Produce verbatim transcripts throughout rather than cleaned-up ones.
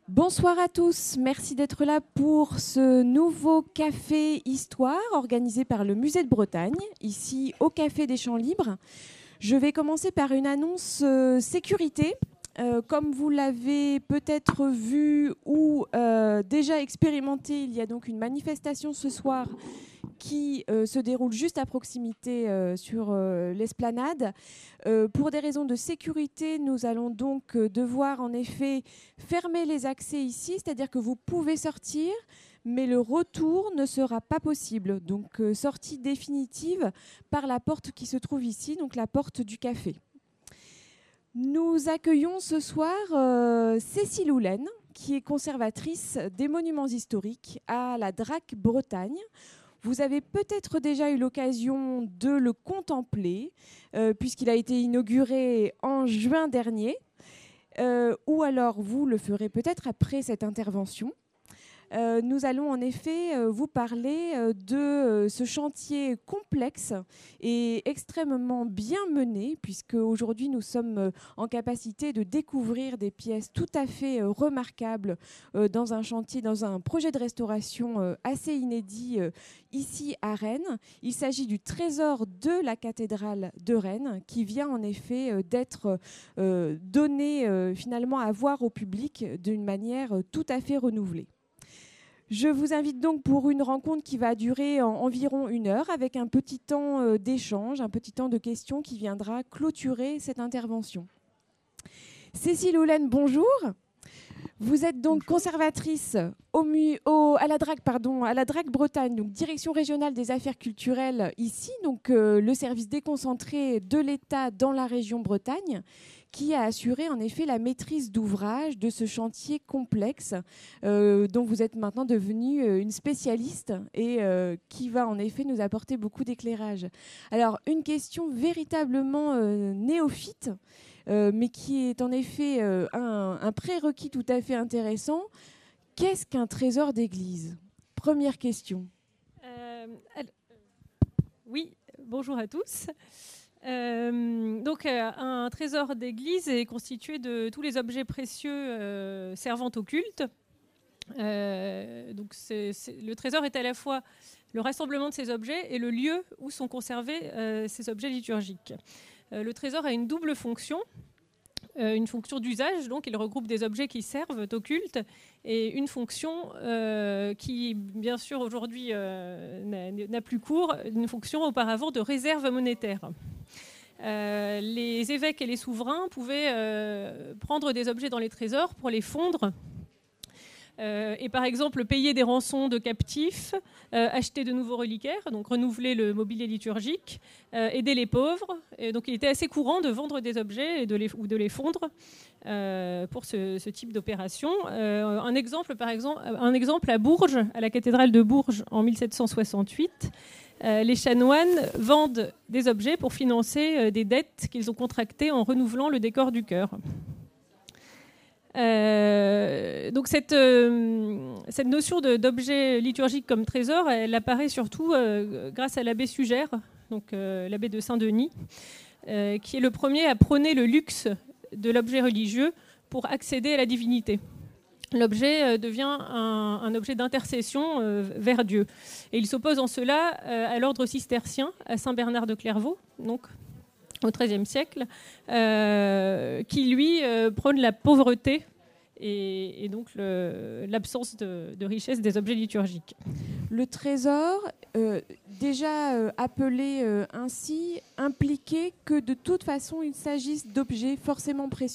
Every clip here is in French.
Bonsoir à tous, merci d'être là pour ce nouveau Café Histoire organisé par le Musée de Bretagne, ici au Café des Champs Libres. Je vais commencer par une annonce euh, sécurité. Euh, comme vous l'avez peut-être vu ou euh, déjà expérimenté, il y a donc une manifestation ce soir qui euh, se déroule juste à proximité euh, sur euh, l'esplanade. Euh, pour des raisons de sécurité, nous allons donc euh, devoir en effet fermer les accès ici, c'est-à-dire que vous pouvez sortir, mais le retour ne sera pas possible. Donc euh, sortie définitive par la porte qui se trouve ici, donc la porte du café. Nous accueillons ce soir euh, Cécile Houlaine, qui est conservatrice des monuments historiques à la Drac Bretagne. Vous avez peut-être déjà eu l'occasion de le contempler, euh, puisqu'il a été inauguré en juin dernier, euh, ou alors vous le ferez peut-être après cette intervention. Euh, nous allons en effet euh, vous parler euh, de euh, ce chantier complexe et extrêmement bien mené, puisque aujourd'hui nous sommes euh, en capacité de découvrir des pièces tout à fait euh, remarquables euh, dans un chantier, dans un projet de restauration euh, assez inédit euh, ici à Rennes. Il s'agit du trésor de la cathédrale de Rennes, qui vient en effet euh, d'être euh, donné euh, finalement à voir au public d'une manière euh, tout à fait renouvelée. Je vous invite donc pour une rencontre qui va durer en environ une heure avec un petit temps d'échange, un petit temps de questions qui viendra clôturer cette intervention. Cécile Houlaine, bonjour. Vous êtes donc bonjour. Conservatrice au, au, à la Drac, pardon, à la Drac Bretagne, donc direction régionale des affaires culturelles ici, donc euh, le service déconcentré de l'État dans la région Bretagne, qui a assuré en effet la maîtrise d'ouvrage de ce chantier complexe euh, dont vous êtes maintenant devenue euh, une spécialiste et euh, qui va en effet nous apporter beaucoup d'éclairage. Alors, une question véritablement euh, néophyte, euh, mais qui est en effet euh, un, un prérequis tout à fait intéressant. Qu'est-ce qu'un trésor d'église ? Première question. Euh, alors, oui, bonjour à tous. Euh, donc, euh, un trésor d'église est constitué de tous les objets précieux euh, servant au culte. Euh, donc c'est, c'est, le trésor est à la fois le rassemblement de ces objets et le lieu où sont conservés euh, ces objets liturgiques. Euh, le trésor a une double fonction. Euh, une fonction d'usage, donc il regroupe des objets qui servent au culte, et une fonction euh, qui, bien sûr, aujourd'hui euh, n'a, n'a plus cours, une fonction auparavant de réserve monétaire. Euh, les évêques et les souverains pouvaient euh, prendre des objets dans les trésors pour les fondre euh, et par exemple payer des rançons de captifs, euh, acheter de nouveaux reliquaires, donc renouveler le mobilier liturgique, euh, aider les pauvres. Et donc il était assez courant de vendre des objets et de les, ou de les fondre euh, pour ce, ce type d'opération. Euh, un exemple, par exemple, un exemple à Bourges, à la cathédrale de Bourges en mille sept cent soixante-huit. Euh, les chanoines vendent des objets pour financer euh, des dettes qu'ils ont contractées en renouvelant le décor du chœur. Euh, donc cette, euh, cette notion de, d'objet liturgique comme trésor, elle apparaît surtout euh, grâce à l'abbé Sugère, donc euh, l'abbé de Saint-Denis, euh, qui est le premier à prôner le luxe de l'objet religieux pour accéder à la divinité. L'objet euh, devient un, un objet d'intercession euh, vers Dieu. Et il s'oppose en cela euh, à l'ordre cistercien, à Saint Bernard de Clairvaux, donc au treizième siècle, euh, qui lui euh, prône la pauvreté et, et donc le, l'absence de, de richesse des objets liturgiques. Le trésor, euh, déjà euh, appelé euh, ainsi, impliquait que de toute façon il s'agisse d'objets forcément précieux ?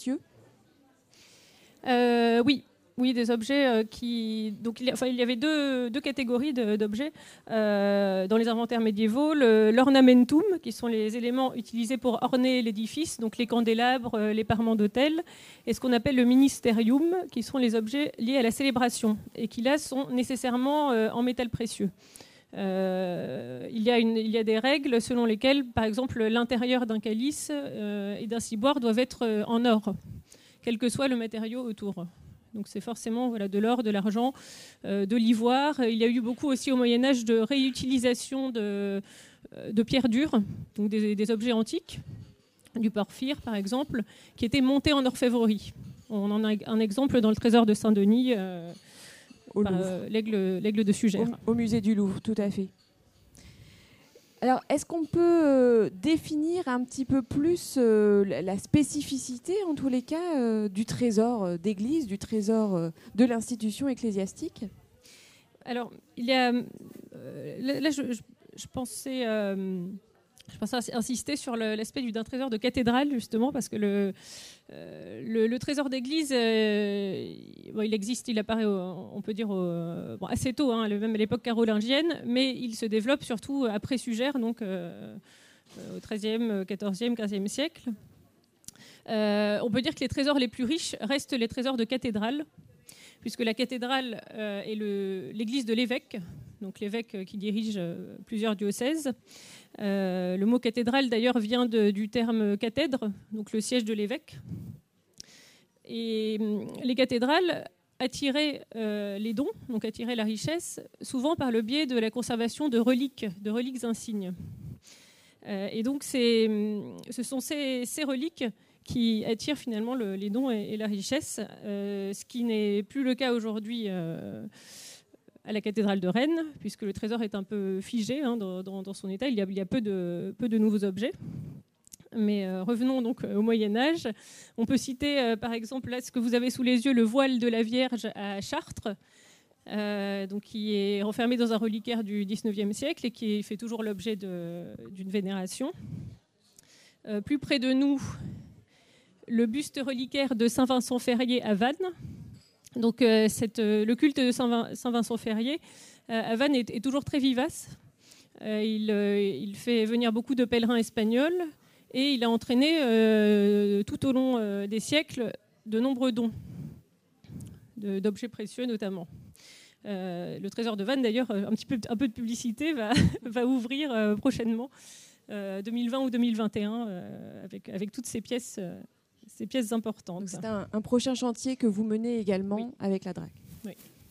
euh, Oui. Oui, des objets euh, qui... Donc, il y, a, enfin, il y avait deux, deux catégories de, d'objets euh, dans les inventaires médiévaux. Le, l'ornamentum, qui sont les éléments utilisés pour orner l'édifice, donc les candélabres, euh, les parements d'autel, et ce qu'on appelle le ministerium, qui sont les objets liés à la célébration, et qui là sont nécessairement euh, en métal précieux. Euh, il, y a une, il y a des règles selon lesquelles, par exemple, l'intérieur d'un calice euh, et d'un ciboire doivent être euh, en or, quel que soit le matériau autour. Donc c'est forcément voilà, de l'or, de l'argent, euh, de l'ivoire. Il y a eu beaucoup aussi au Moyen-Âge de réutilisation de, de pierres dures, donc des, des objets antiques, du porphyre par exemple, qui étaient montés en orfèvrerie. On en a un exemple dans le trésor de Saint-Denis, euh, euh, l'aigle de Sugères. Au, au musée du Louvre, tout à fait. Alors, est-ce qu'on peut euh, définir un petit peu plus euh, la spécificité, en tous les cas, euh, du trésor euh, d'église, du trésor euh, de l'institution ecclésiastique ? Alors, il y a... Euh, là, là, je, je, je pensais... Euh, Je pensais insister sur l'aspect d'un trésor de cathédrale, justement, parce que le, euh, le, le trésor d'église, euh, bon, il existe, il apparaît, au, on peut dire, au, bon, assez tôt, hein, même à l'époque carolingienne, mais il se développe surtout après Sugères, donc euh, au treizième, quatorzième, quinzième siècle. Euh, on peut dire que les trésors les plus riches restent les trésors de cathédrale, puisque la cathédrale euh, est l'église de l'évêque, donc l'évêque qui dirige euh, plusieurs diocèses. Euh, le mot cathédrale, d'ailleurs, vient de, du terme cathèdre, donc le siège de l'évêque. Et les cathédrales attiraient euh, les dons, donc attiraient la richesse, souvent par le biais de la conservation de reliques, de reliques insignes. Euh, et donc, ce sont ces, ces reliques qui attirent finalement le, les dons et, et la richesse, euh, ce qui n'est plus le cas aujourd'hui euh, à la cathédrale de Rennes, puisque le trésor est un peu figé hein, dans, dans, dans son état. Il y a, il y a peu, de, peu de nouveaux objets. Mais euh, revenons donc au Moyen-Âge. On peut citer, euh, par exemple, là, ce que vous avez sous les yeux, le voile de la Vierge à Chartres, euh, donc, qui est renfermé dans un reliquaire du dix-neuvième siècle et qui fait toujours l'objet d'une vénération. Euh, plus près de nous, le buste reliquaire de Saint-Vincent-Ferrier à Vannes. Donc, euh, cette, euh, le culte de Saint-Vincent-Ferrier euh, à Vannes est, est toujours très vivace. Euh, il, euh, il fait venir beaucoup de pèlerins espagnols et il a entraîné euh, tout au long euh, des siècles de nombreux dons d'objets précieux notamment. Euh, le trésor de Vannes, d'ailleurs, un petit peu, un peu de publicité, va, va ouvrir euh, prochainement, euh, deux mille vingt ou deux mille vingt et un, euh, avec, avec toutes ces pièces. Euh, Ces pièces importantes. C'est un, un prochain chantier que vous menez également oui. avec la D R A C. Oui.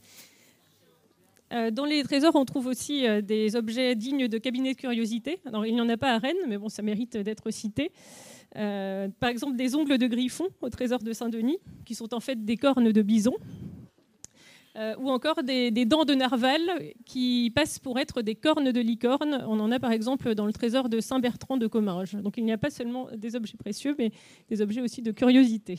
Euh, dans les trésors, on trouve aussi euh, des objets dignes de cabinets de curiosité. Alors, il n'y en a pas à Rennes, mais bon, ça mérite d'être cité. Euh, par exemple, des ongles de griffon au trésor de Saint-Denis, qui sont en fait des cornes de bison. Euh, ou encore des, des dents de narval qui passent pour être des cornes de licorne. On en a par exemple dans le trésor de Saint-Bertrand de Comminges. Donc il n'y a pas seulement des objets précieux, mais des objets aussi de curiosité.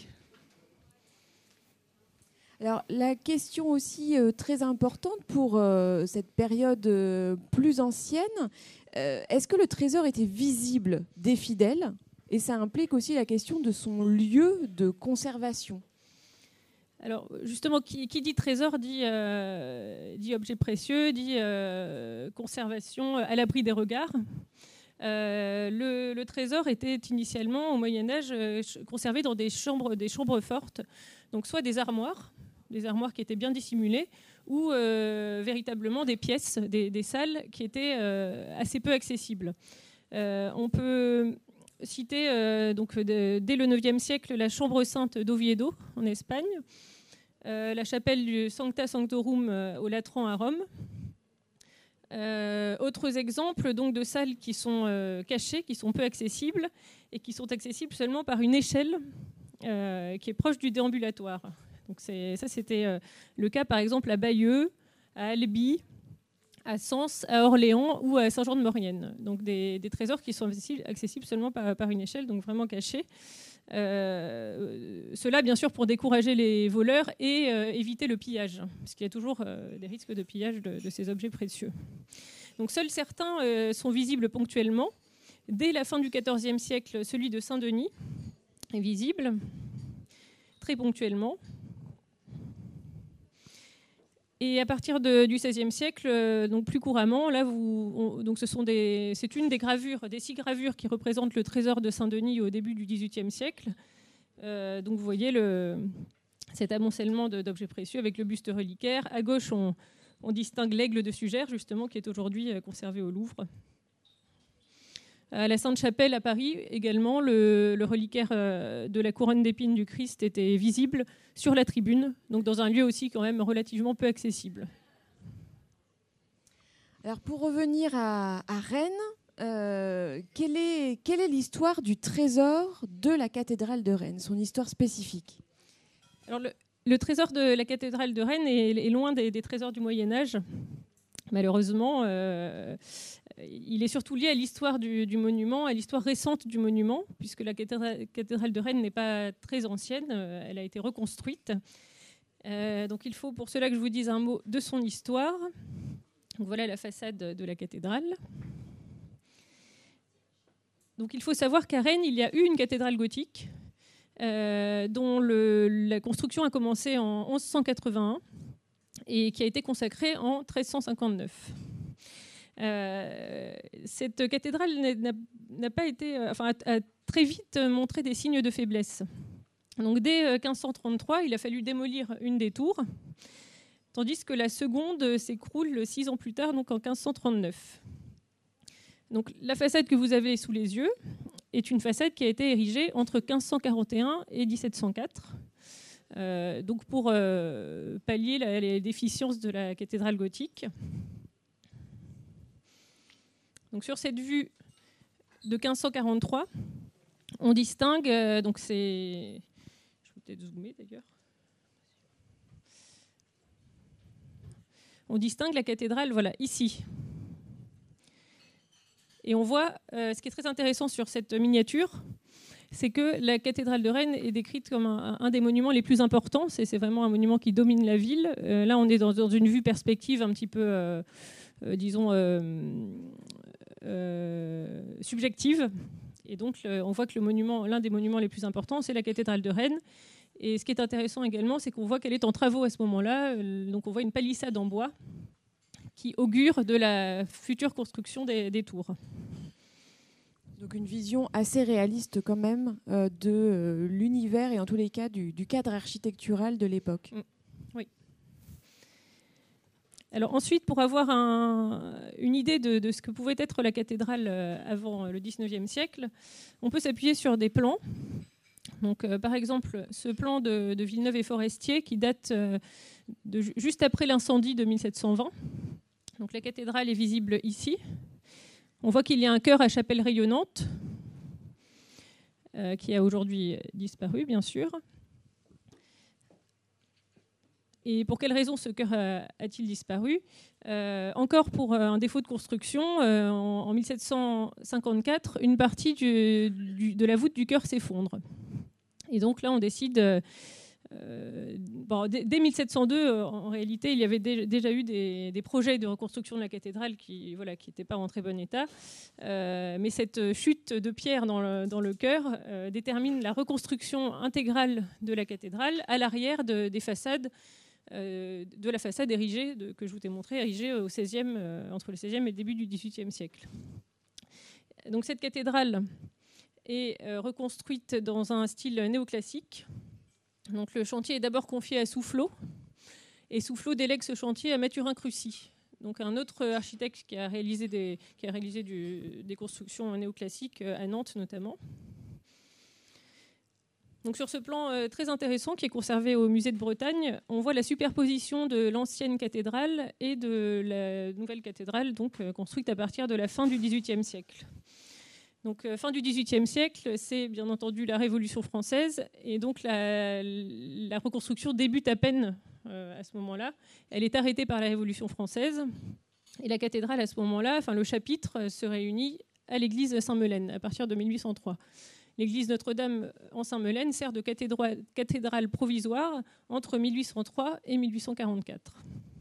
Alors la question aussi euh, très importante pour euh, cette période euh, plus ancienne, euh, est-ce que le trésor était visible des fidèles? Et ça implique aussi la question de son lieu de conservation. Alors justement, qui, qui dit trésor dit, euh, dit objet précieux, dit euh, conservation à l'abri des regards. Euh, le, le trésor était initialement au Moyen-Âge euh, conservé dans des chambres, des chambres fortes, donc soit des armoires, des armoires qui étaient bien dissimulées, ou euh, véritablement des pièces, des, des salles qui étaient euh, assez peu accessibles. Euh, on peut citer euh, donc, de, dès le neuvième siècle la chambre sainte d'Oviedo en Espagne, euh, la chapelle du Sancta Sanctorum euh, au Latran à Rome. Euh, autres exemples donc, de salles qui sont euh, cachées, qui sont peu accessibles et qui sont accessibles seulement par une échelle euh, qui est proche du déambulatoire. Donc ça, c'était euh, le cas par exemple à Bayeux, à Albi, à Sens, à Orléans ou à Saint-Jean-de-Maurienne. Donc des, des trésors qui sont accessibles, accessibles seulement par, par une échelle, donc vraiment cachés. Euh, cela, bien sûr, pour décourager les voleurs et euh, éviter le pillage, parce qu'il y a toujours euh, des risques de pillage de, de ces objets précieux. Donc seuls certains euh, sont visibles ponctuellement. Dès la fin du quatorzième siècle, celui de Saint-Denis est visible, très ponctuellement. Et à partir de, du seizième siècle, euh, donc plus couramment, là, vous, on, donc ce sont des, c'est une des gravures, des six gravures qui représentent le trésor de Saint-Denis au début du dix-huitième siècle. Euh, donc vous voyez le, cet amoncellement d'objets précieux avec le buste reliquaire. À gauche, on, on distingue l'aigle de Sugères, justement, qui est aujourd'hui conservé au Louvre. À la Sainte-Chapelle à Paris, également, le, le reliquaire de la couronne d'épines du Christ était visible sur la tribune, donc dans un lieu aussi quand même relativement peu accessible. Alors pour revenir à, à Rennes, euh, quelle est, quelle est l'histoire du trésor de la cathédrale de Rennes, son histoire spécifique? Alors le, le trésor de la cathédrale de Rennes est, est loin des, des trésors du Moyen-Âge. Malheureusement, euh, il est surtout lié à l'histoire du, du monument, à l'histoire récente du monument, puisque la cathédrale, cathédrale de Rennes n'est pas très ancienne, euh, elle a été reconstruite. Euh, donc il faut pour cela que je vous dise un mot de son histoire. Donc voilà la façade de la cathédrale. Donc il faut savoir qu'à Rennes, il y a eu une cathédrale gothique, euh, dont le, la construction a commencé en onze cent quatre-vingt-un. Et qui a été consacrée en treize cent cinquante-neuf. Euh, cette cathédrale n'a, n'a pas été, enfin, a, a très vite montré des signes de faiblesse. Donc, dès quinze cent trente-trois, il a fallu démolir une des tours, tandis que la seconde s'écroule six ans plus tard, donc en quinze cent trente-neuf. Donc, la façade que vous avez sous les yeux est une façade qui a été érigée entre quinze cent quarante et un et dix-sept cent quatre. Euh, donc pour euh, pallier la, les déficiences de la cathédrale gothique. Donc sur cette vue de quinze cent quarante-trois, on distingue, euh, donc c'est, je vais peut-être zoomer d'ailleurs, on distingue la cathédrale, voilà, ici. Et on voit, euh, ce qui est très intéressant sur cette miniature, c'est que la cathédrale de Rennes est décrite comme un, un des monuments les plus importants. C'est, c'est vraiment un monument qui domine la ville. Euh, là, on est dans, dans une vue perspective un petit peu, euh, euh, disons, euh, euh, subjective. Et donc, le, on voit que le monument, l'un des monuments les plus importants, c'est la cathédrale de Rennes. Et ce qui est intéressant également, c'est qu'on voit qu'elle est en travaux à ce moment-là. Donc, on voit une palissade en bois qui augure de la future construction des, des tours. Donc une vision assez réaliste quand même euh, de euh, l'univers et en tous les cas du, du cadre architectural de l'époque. Mmh. Oui. Alors ensuite, pour avoir un, une idée de, de ce que pouvait être la cathédrale euh, avant le dix-neuvième siècle, on peut s'appuyer sur des plans. Donc, euh, par exemple, ce plan de, de Villeneuve et Forestier qui date euh, de, juste après l'incendie de mille sept cent vingt. Donc la cathédrale est visible ici. On voit qu'il y a un chœur à chapelle rayonnante, euh, qui a aujourd'hui disparu, bien sûr. Et pour quelle raison ce chœur a, a-t-il disparu ? euh, Encore pour un défaut de construction, euh, en, en mille sept cent cinquante-quatre, une partie du, du, de la voûte du chœur s'effondre. Et donc là, on décide... Euh, Euh, bon, dès, dès mille sept cent deux, euh, en réalité, il y avait dé, déjà eu des, des projets de reconstruction de la cathédrale qui voilà, qui n'étaient pas en très bon état. Euh, mais cette chute de pierre dans le, dans le chœur euh, détermine la reconstruction intégrale de la cathédrale à l'arrière de, des façades, euh, de la façade érigée, de, que je vous ai montré, érigée au seizième, euh, entre le seizième et le début du dix-huitième siècle. Donc cette cathédrale est euh, reconstruite dans un style néoclassique. Donc, le chantier est d'abord confié à Soufflot, et Soufflot délègue ce chantier à Mathurin Crucy, donc un autre architecte qui a réalisé des, qui a réalisé du, des constructions néoclassiques à Nantes notamment. Donc, sur ce plan euh, très intéressant qui est conservé au musée de Bretagne, on voit la superposition de l'ancienne cathédrale et de la nouvelle cathédrale, donc euh, construite à partir de la fin du dix-huitième siècle. Donc, euh, fin du dix-huitième siècle, c'est bien entendu la Révolution française, et donc la, la reconstruction débute à peine euh, à ce moment-là. Elle est arrêtée par la Révolution française, et la cathédrale, à ce moment-là, enfin le chapitre, se réunit à l'église Saint-Melaine à partir de mille huit cent trois. L'église Notre-Dame en Saint-Melaine sert de cathédrale, cathédrale provisoire entre mille huit cent trois et mille huit cent quarante-quatre.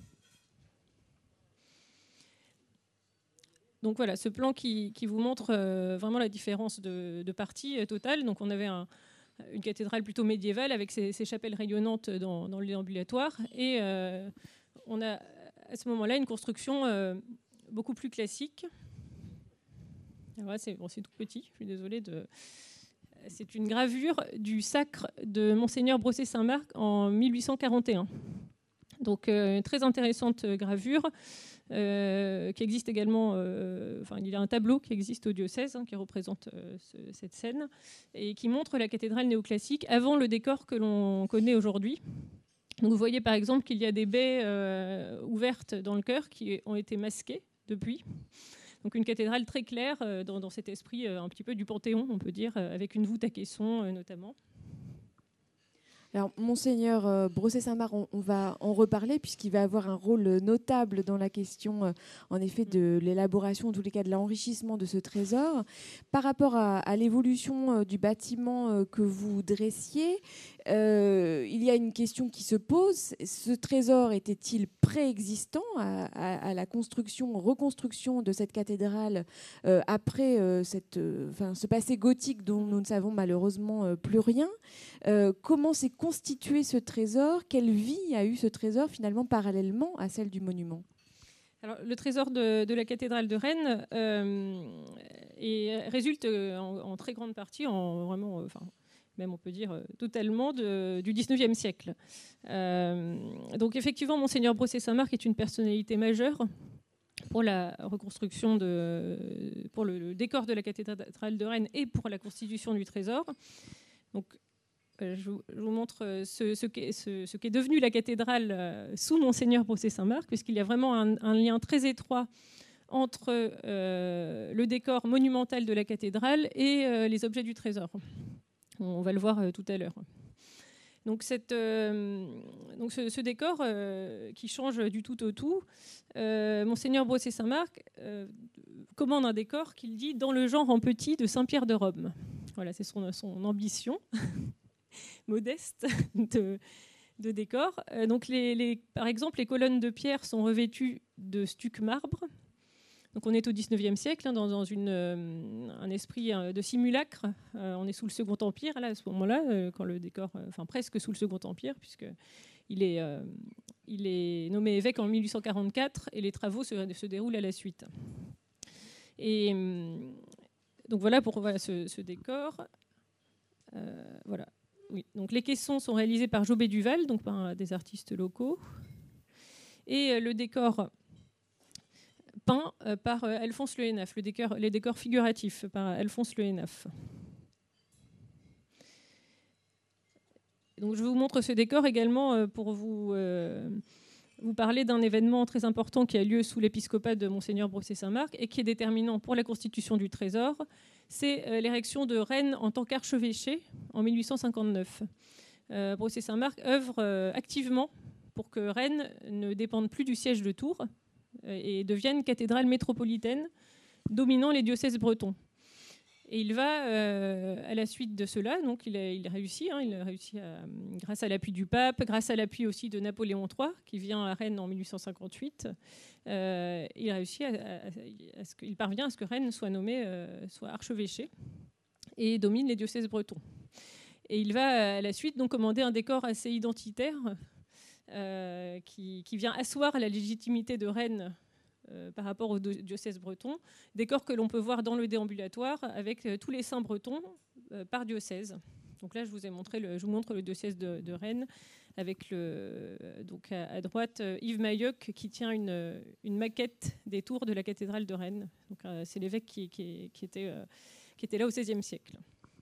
Donc voilà, ce plan qui, qui vous montre euh, vraiment la différence de, de partie euh, totale. Donc on avait un, une cathédrale plutôt médiévale avec ses, ses chapelles rayonnantes dans, dans le déambulatoire. Et euh, on a à ce moment-là une construction euh, beaucoup plus classique. Voilà, c'est, bon, c'est tout petit, je suis désolée. De... C'est une gravure du sacre de Monseigneur Brossé-Saint-Marc en mille huit cent quarante et un. Donc euh, très intéressante gravure. Euh, qui existe également, euh, enfin, il y a un tableau qui existe au diocèse hein, qui représente euh, ce, cette scène et qui montre la cathédrale néoclassique avant le décor que l'on connaît aujourd'hui. Donc, vous voyez par exemple qu'il y a des baies euh, ouvertes dans le chœur qui ont été masquées depuis. Donc une cathédrale très claire euh, dans, dans cet esprit euh, un petit peu du Panthéon, on peut dire, euh, avec une voûte à caisson euh, notamment. Alors, Monseigneur euh, Brossé-Saint-Marc, on, on va en reparler puisqu'il va avoir un rôle notable dans la question, euh, en effet, de l'élaboration, en tous les cas, de l'enrichissement de ce trésor. Par rapport à, à l'évolution euh, du bâtiment euh, que vous dressiez, euh, il y a une question qui se pose. Ce trésor était-il préexistant à, à, à la construction, reconstruction de cette cathédrale euh, après euh, cette, euh, enfin, ce passé gothique dont nous ne savons malheureusement euh, plus rien? euh, Comment s'est constitué ce trésor? Quelle vie a eu ce trésor finalement parallèlement à celle du monument? Alors, le trésor de, de la cathédrale de Rennes euh, et résulte en, en très grande partie, en vraiment, enfin, même on peut dire euh, totalement, de, du dix-neuvième siècle. Euh, donc effectivement, Monseigneur Brossé-Saint-Marc est une personnalité majeure pour la reconstruction, de, pour le, le décor de la cathédrale de Rennes et pour la constitution du trésor. Donc, Je vous, je vous montre ce, ce, qu'est, ce, ce qu'est devenu la cathédrale sous Monseigneur Brossé-Saint-Marc, puisqu'il y a vraiment un, un lien très étroit entre euh, le décor monumental de la cathédrale et euh, les objets du trésor. On va le voir euh, tout à l'heure. Donc, cette, euh, donc ce, ce décor euh, qui change du tout au tout, euh, Monseigneur Brossé-Saint-Marc euh, commande un décor qu'il dit dans le genre en petit de Saint-Pierre de Rome. Voilà, c'est son, son ambition modeste de, de décor. Euh, donc les, les, par exemple, les colonnes de pierre sont revêtues de stuc marbre. Donc on est au dix-neuvième siècle, hein, dans, dans une, euh, un esprit euh, de simulacre. Euh, on est sous le Second Empire, là, à ce moment-là, euh, quand le décor, euh, enfin presque sous le Second Empire, puisqu'il est, euh, il est nommé évêque en mille huit cent quarante-quatre et les travaux se, se déroulent à la suite. Et euh, donc voilà pour voilà, ce, ce décor. Euh, voilà. Oui. Donc les caissons sont réalisés par Jobé Duval, donc par des artistes locaux, et le décor peint par Alphonse Le Hénaff, le décor, les décors figuratifs par Alphonse Le Hénaff. Donc je vous montre ce décor également pour vous, euh, vous parler d'un événement très important qui a lieu sous l'épiscopat de Monseigneur Brossé-Saint-Marc et qui est déterminant pour la constitution du trésor. C'est l'érection de Rennes en tant qu'archevêché en mille huit cent cinquante-neuf. Euh, Brossé-Saint-Marc œuvre euh, activement pour que Rennes ne dépende plus du siège de Tours euh, et devienne cathédrale métropolitaine dominant les diocèses bretons. Et il va, euh, à la suite de cela, donc il a, il a réussi, hein, il a réussi à, grâce à l'appui du pape, grâce à l'appui aussi de Napoléon trois, qui vient à Rennes en mille huit cent cinquante-huit, euh, il a réussi à, à, à ce qu'il parvient à ce que Rennes soit nommé, euh, soit archevêché et domine les diocèses bretons. Et il va à la suite donc commander un décor assez identitaire euh, qui, qui vient asseoir la légitimité de Rennes Euh, par rapport au diocèse breton, décor que l'on peut voir dans le déambulatoire avec euh, tous les saints bretons euh, par diocèse. Donc là, je vous ai montré, le, je vous montre le diocèse de, de Rennes avec le, donc à, à droite euh, Yves Maillioc qui tient une, une maquette des tours de la cathédrale de Rennes. Donc euh, c'est l'évêque qui, qui, qui, était, euh, qui était là au seizième siècle.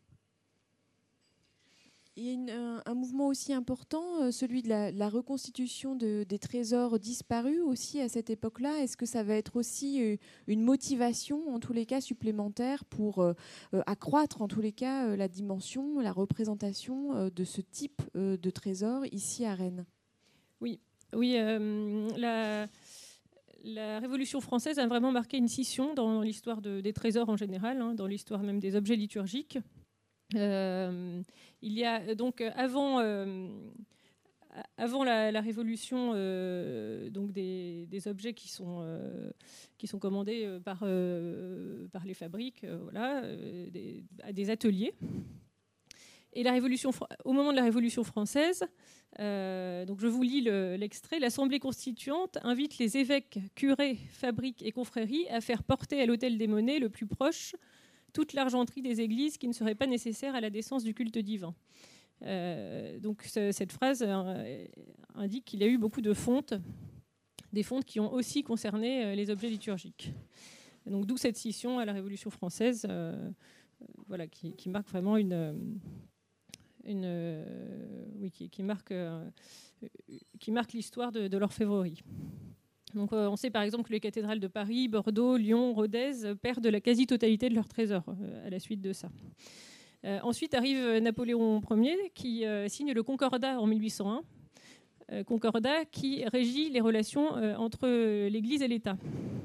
Il y a une, un, un mouvement aussi important, euh, celui de la, la reconstitution de, des trésors disparus aussi à cette époque-là. Est-ce que ça va être aussi euh, une motivation, en tous les cas, supplémentaire pour euh, euh, accroître, en tous les cas, euh, la dimension, la représentation euh, de ce type euh, de trésor ici à Rennes? Oui, oui euh, la... La Révolution française a vraiment marqué une scission dans l'histoire de, des trésors en général, hein, dans l'histoire même des objets liturgiques. Euh, il y a donc avant, euh, avant la, la Révolution, euh, donc des, des objets qui sont, euh, qui sont commandés par, euh, par les fabriques, euh, voilà, euh, des, à des ateliers. Et la Révolution, au moment de la Révolution française, euh, donc je vous lis le, l'extrait, l'Assemblée constituante invite les évêques, curés, fabriques et confréries à faire porter à l'autel des monnaies le plus proche toute l'argenterie des églises qui ne serait pas nécessaire à la décence du culte divin. Euh, donc ce, cette phrase euh, indique qu'il y a eu beaucoup de fontes, des fontes qui ont aussi concerné euh, les objets liturgiques. Donc d'où cette scission à la Révolution française, euh, euh, voilà, qui, qui marque vraiment une... Une, euh, oui, qui, qui, marque, euh, qui marque l'histoire de, de l'orfèvrerie. Donc, euh, on sait par exemple que les cathédrales de Paris, Bordeaux, Lyon, Rodez perdent la quasi-totalité de leurs trésors euh, à la suite de ça. Euh, ensuite arrive Napoléon Ier qui euh, signe le Concordat en mille huit cent un, euh, Concordat qui régit les relations euh, entre l'Église et l'État.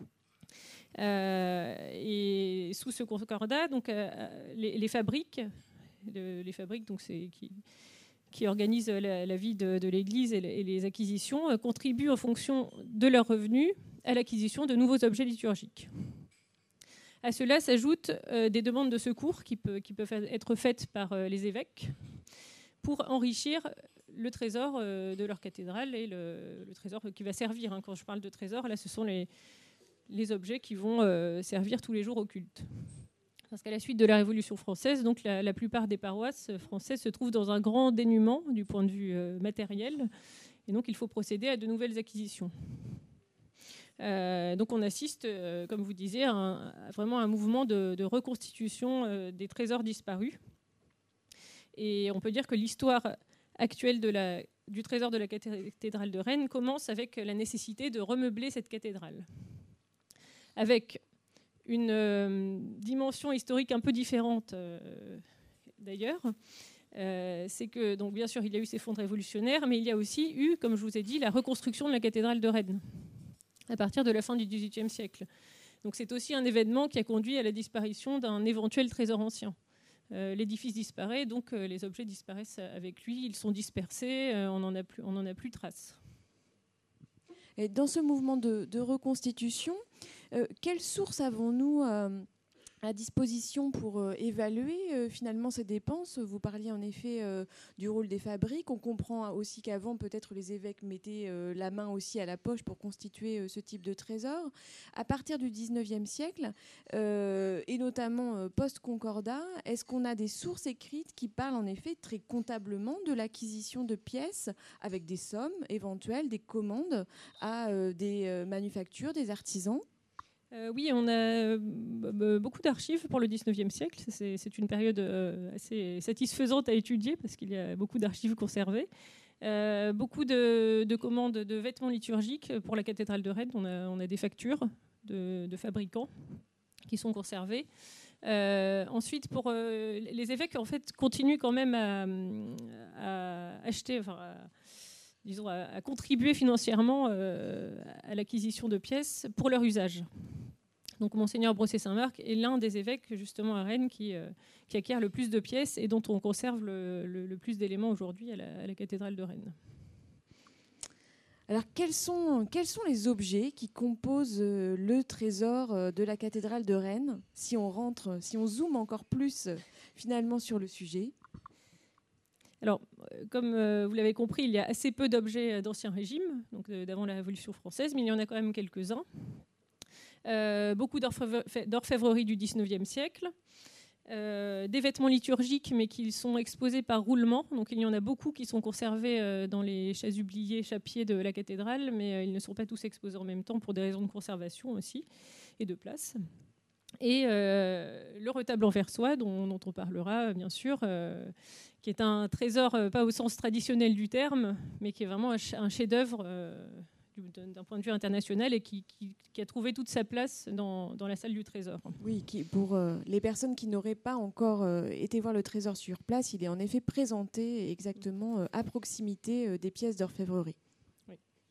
Euh, et sous ce Concordat, donc, euh, les, les fabriques, le, les fabriques donc c'est, qui, qui organisent la, la vie de, de l'Église et, et les acquisitions, euh, contribuent en fonction de leurs revenus à l'acquisition de nouveaux objets liturgiques. À cela s'ajoutent euh, des demandes de secours qui, peut, qui peuvent être faites par euh, les évêques pour enrichir le trésor euh, de leur cathédrale et le, le trésor qui va servir. Hein. Quand je parle de trésor, là, ce sont les, les objets qui vont euh, servir tous les jours au culte. Parce qu'à la suite de la Révolution française, donc, la, la plupart des paroisses françaises se trouvent dans un grand dénuement du point de vue euh, matériel. Et donc, il faut procéder à de nouvelles acquisitions. Euh, donc on assiste, euh, comme vous disiez, à, un, à vraiment un mouvement de, de reconstitution euh, des trésors disparus. Et on peut dire que l'histoire actuelle de la, du trésor de la cathédrale de Rennes commence avec la nécessité de remeubler cette cathédrale, avec une euh, dimension historique un peu différente euh, d'ailleurs. Euh, c'est que, donc, bien sûr, il y a eu ces fonds révolutionnaires, mais il y a aussi eu, comme je vous ai dit, la reconstruction de la cathédrale de Rennes à partir de la fin du dix-huitième siècle. Donc c'est aussi un événement qui a conduit à la disparition d'un éventuel trésor ancien. Euh, l'édifice disparaît, donc euh, les objets disparaissent avec lui, ils sont dispersés, euh, on n'en a plus, on n'en a plus trace. Et dans ce mouvement de, de reconstitution, euh, quelles sources avons-nous euh, à disposition pour euh, évaluer euh, finalement ces dépenses? Vous parliez en effet euh, du rôle des fabriques. On comprend aussi qu'avant, peut-être les évêques mettaient euh, la main aussi à la poche pour constituer euh, ce type de trésor. À partir du dix-neuvième siècle, euh, et notamment euh, post-Concordat, est-ce qu'on a des sources écrites qui parlent en effet très comptablement de l'acquisition de pièces avec des sommes éventuelles, des commandes à euh, des euh, manufactures, des artisans? Euh, oui, on a euh, beaucoup d'archives pour le dix-neuvième siècle. C'est, c'est une période euh, assez satisfaisante à étudier parce qu'il y a beaucoup d'archives conservées. Euh, beaucoup de, de commandes de vêtements liturgiques pour la cathédrale de Rennes. On a, on a des factures de, de fabricants qui sont conservées. Euh, ensuite, pour euh, les évêques, en fait, continuent quand même à, à acheter... Enfin, à, disons, à, à contribuer financièrement euh, à l'acquisition de pièces pour leur usage. Donc Monseigneur Brossé-Saint-Marc est l'un des évêques justement à Rennes qui, euh, qui acquiert le plus de pièces et dont on conserve le, le, le plus d'éléments aujourd'hui à la, à la cathédrale de Rennes. Alors quels sont, quels sont les objets qui composent euh, le trésor euh, de la cathédrale de Rennes, si on rentre, si on zoome encore plus euh, finalement sur le sujet? Alors, comme euh, vous l'avez compris, il y a assez peu d'objets d'Ancien Régime, donc euh, d'avant la Révolution française, mais il y en a quand même quelques-uns. Euh, beaucoup d'orfèvrerie du dix-neuvième siècle, euh, des vêtements liturgiques, mais qui sont exposés par roulement. Donc il y en a beaucoup qui sont conservés euh, dans les chasubliers, chapiers de la cathédrale, mais euh, ils ne sont pas tous exposés en même temps pour des raisons de conservation aussi et de place. Et euh, le retable anversois, dont, dont on parlera bien sûr, euh, qui est un trésor, euh, pas au sens traditionnel du terme, mais qui est vraiment un, ch- un chef-d'œuvre euh, d'un point de vue international et qui, qui, qui a trouvé toute sa place dans, dans la salle du trésor. Oui, qui, pour euh, les personnes qui n'auraient pas encore euh, été voir le trésor sur place, il est en effet présenté exactement euh, à proximité euh, des pièces d'orfèvrerie. Oui.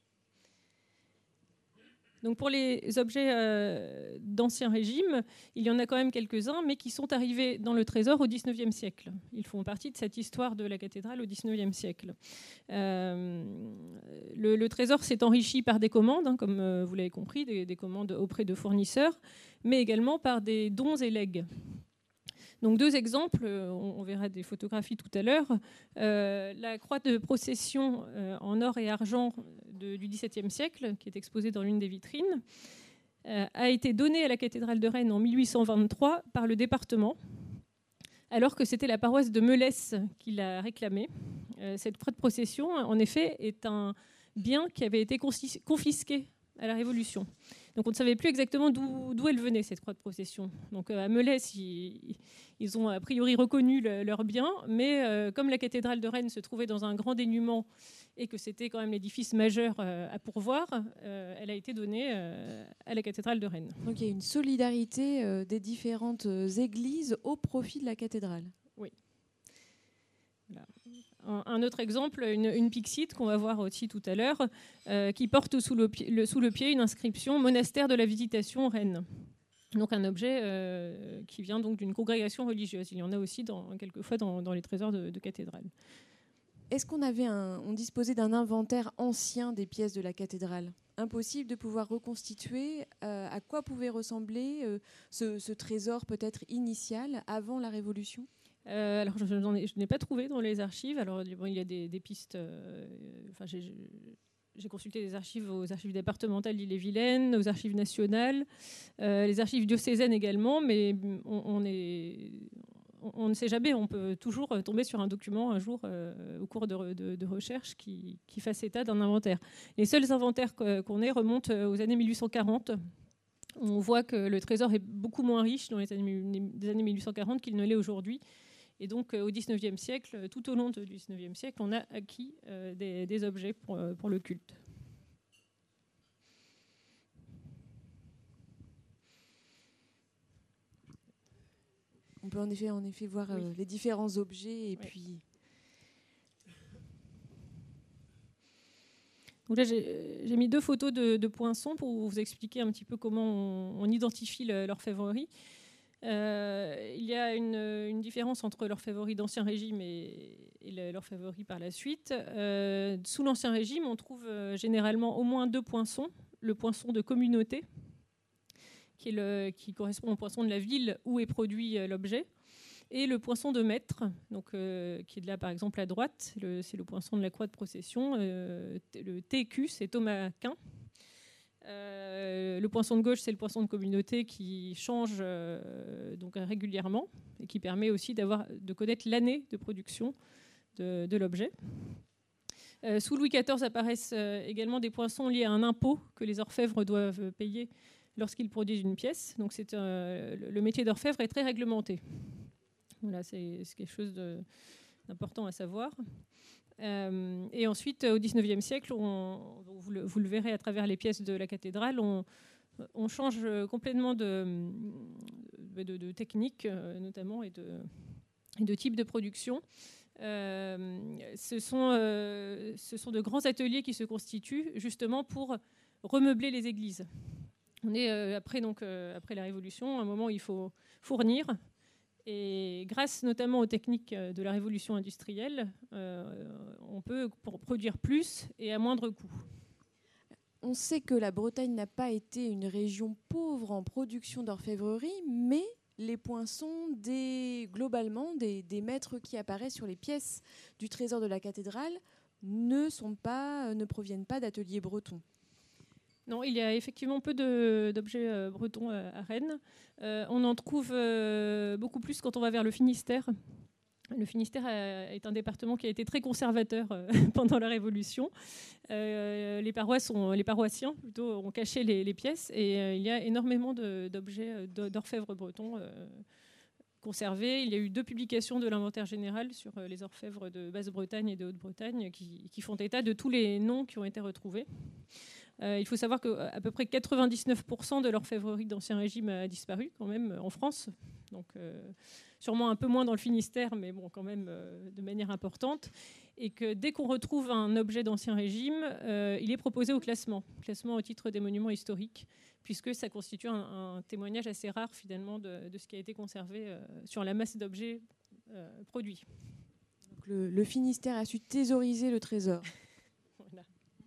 Donc pour les objets euh, d'Ancien Régime, il y en a quand même quelques-uns, mais qui sont arrivés dans le trésor au dix-neuvième siècle. Ils font partie de cette histoire de la cathédrale au dix-neuvième siècle. Euh, le, le trésor s'est enrichi par des commandes, hein, comme euh, vous l'avez compris, des, des commandes auprès de fournisseurs, mais également par des dons et legs. Donc deux exemples, on, on verra des photographies tout à l'heure. Euh, la croix de procession euh, en or et argent de, du dix-septième siècle, qui est exposée dans l'une des vitrines, euh, a été donnée à la cathédrale de Rennes en mille huit cent vingt-trois par le département, alors que c'était la paroisse de Melès qui l'a réclamée. Euh, cette croix de procession, en effet, est un bien qui avait été confisqué à la Révolution. Donc on ne savait plus exactement d'où, d'où elle venait, cette croix de procession. Donc à Melès, ils, ils ont a priori reconnu le, leur bien, mais euh, comme la cathédrale de Rennes se trouvait dans un grand dénuement et que c'était quand même l'édifice majeur euh, à pourvoir, euh, elle a été donnée euh, à la cathédrale de Rennes. Donc il y a une solidarité euh, des différentes euh, églises au profit de la cathédrale. Oui. un, un autre exemple, une, une pyxide qu'on va voir aussi tout à l'heure, euh, qui porte sous le, le, sous le pied une inscription monastère de la Visitation Rennes. Donc un objet euh, qui vient donc d'une congrégation religieuse. Il y en a aussi dans, quelquefois dans, dans les trésors de, de cathédrale. Est-ce qu'on avait un, on disposait d'un inventaire ancien des pièces de la cathédrale ? Impossible de pouvoir reconstituer euh, à quoi pouvait ressembler euh, ce, ce trésor peut-être initial avant la Révolution ? euh, Alors je, je, je n'ai pas trouvé dans les archives. Alors bon, il y a des, des pistes. Euh, enfin, j'ai, j'ai consulté les archives aux archives départementales d'Ille-et-Vilaine, aux archives nationales, euh, les archives diocésaines également, mais on, on est on ne sait jamais, on peut toujours tomber sur un document un jour euh, au cours de, de, de recherche qui, qui fasse état d'un inventaire. Les seuls inventaires qu'on ait remontent aux années mille huit cent quarante. On voit que le trésor est beaucoup moins riche dans les années, des années mille huit cent quarante qu'il ne l'est aujourd'hui. Et donc au dix-neuvième siècle, tout au long du dix-neuvième siècle, on a acquis euh, des, des objets pour, pour le culte. On peut en effet, en effet voir euh, oui. les différents objets et oui. puis. Donc là, j'ai, j'ai mis deux photos de, de poinçons pour vous expliquer un petit peu comment on, on identifie le, l'orfèvrerie. Euh, il y a une, une différence entre l'orfèvrerie d'Ancien Régime et, et l'orfèvrerie par la suite. Euh, sous l'Ancien Régime, on trouve euh, généralement au moins deux poinçons. Le poinçon de communauté, Qui, est le, qui correspond au poinçon de la ville où est produit euh, l'objet, et le poinçon de maître, donc, euh, qui est là par exemple à droite, le, c'est le poinçon de la croix de procession, euh, le T Q, c'est Thomas Quin. Euh, le poinçon de gauche, c'est le poinçon de communauté qui change euh, donc, régulièrement et qui permet aussi d'avoir, de connaître l'année de production de, de l'objet. Euh, sous Louis quatorze apparaissent euh, également des poinçons liés à un impôt que les orfèvres doivent payer lorsqu'ils produisent une pièce. Donc c'est, euh, le métier d'orfèvre est très réglementé. Voilà, c'est, c'est quelque chose de, d'important à savoir. Euh, et ensuite, au dix-neuvième siècle, on, vous, le, vous le verrez à travers les pièces de la cathédrale, on, on change complètement de, de, de technique, notamment, et de, et de type de production. Euh, ce, sont, euh, ce sont de grands ateliers qui se constituent justement pour remeubler les églises. On est euh, après, donc, euh, après la Révolution, un moment où il faut fournir. Et grâce notamment aux techniques de la révolution industrielle, euh, on peut produire plus et à moindre coût. On sait que la Bretagne n'a pas été une région pauvre en production d'orfèvrerie, mais les poinçons, des, globalement, des, des maîtres qui apparaissent sur les pièces du trésor de la cathédrale ne, sont pas, ne proviennent pas d'ateliers bretons. Non, il y a effectivement peu de, d'objets euh, bretons euh, à Rennes. Euh, on en trouve euh, beaucoup plus quand on va vers le Finistère. Le Finistère a, est un département qui a été très conservateur euh, pendant la Révolution. Euh, les, paroisses ont, les paroissiens plutôt ont caché les, les pièces et euh, il y a énormément de, d'objets d'orfèvres bretons euh, conservés. Il y a eu deux publications de l'inventaire général sur les orfèvres de Basse-Bretagne et de Haute-Bretagne qui, qui font état de tous les noms qui ont été retrouvés. Euh, il faut savoir qu'à peu près quatre-vingt-dix-neuf pour cent de l'orfèvrerie d'Ancien Régime a disparu quand même en France. Donc euh, sûrement un peu moins dans le Finistère, mais bon, quand même euh, de manière importante. Et que dès qu'on retrouve un objet d'Ancien Régime, euh, il est proposé au classement, classement au titre des monuments historiques, puisque ça constitue un, un témoignage assez rare finalement de, de ce qui a été conservé euh, sur la masse d'objets euh, produits. Donc le, le Finistère a su thésauriser le trésor. Voilà.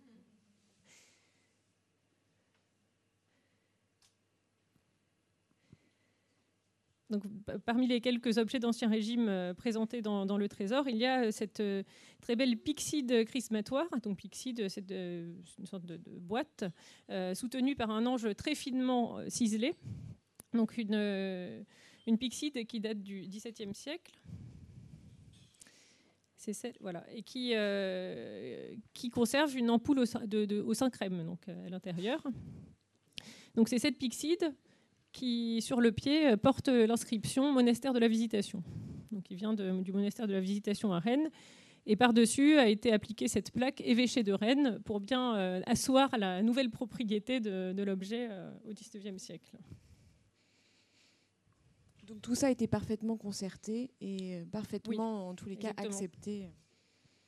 Donc, parmi les quelques objets d'Ancien Régime euh, présentés dans, dans le trésor, il y a euh, cette euh, très belle pyxide chrismatoire. Donc, pyxide, c'est euh, une sorte de, de boîte euh, soutenue par un ange très finement euh, ciselé. Donc, une, euh, une pyxide qui date du dix-septième siècle. C'est celle, voilà, et qui, euh, qui conserve une ampoule au, de, de, au Saint-Crème donc, à l'intérieur. Donc, c'est cette pyxide qui, sur le pied, porte l'inscription monastère de la Visitation. Donc, il vient de, du monastère de la Visitation à Rennes. Et par-dessus a été appliquée cette plaque évêché de Rennes pour bien euh, asseoir la nouvelle propriété de, de l'objet euh, au dix-neuvième siècle. Donc tout ça a été parfaitement concerté et parfaitement, oui, en tous les cas, exactement. accepté.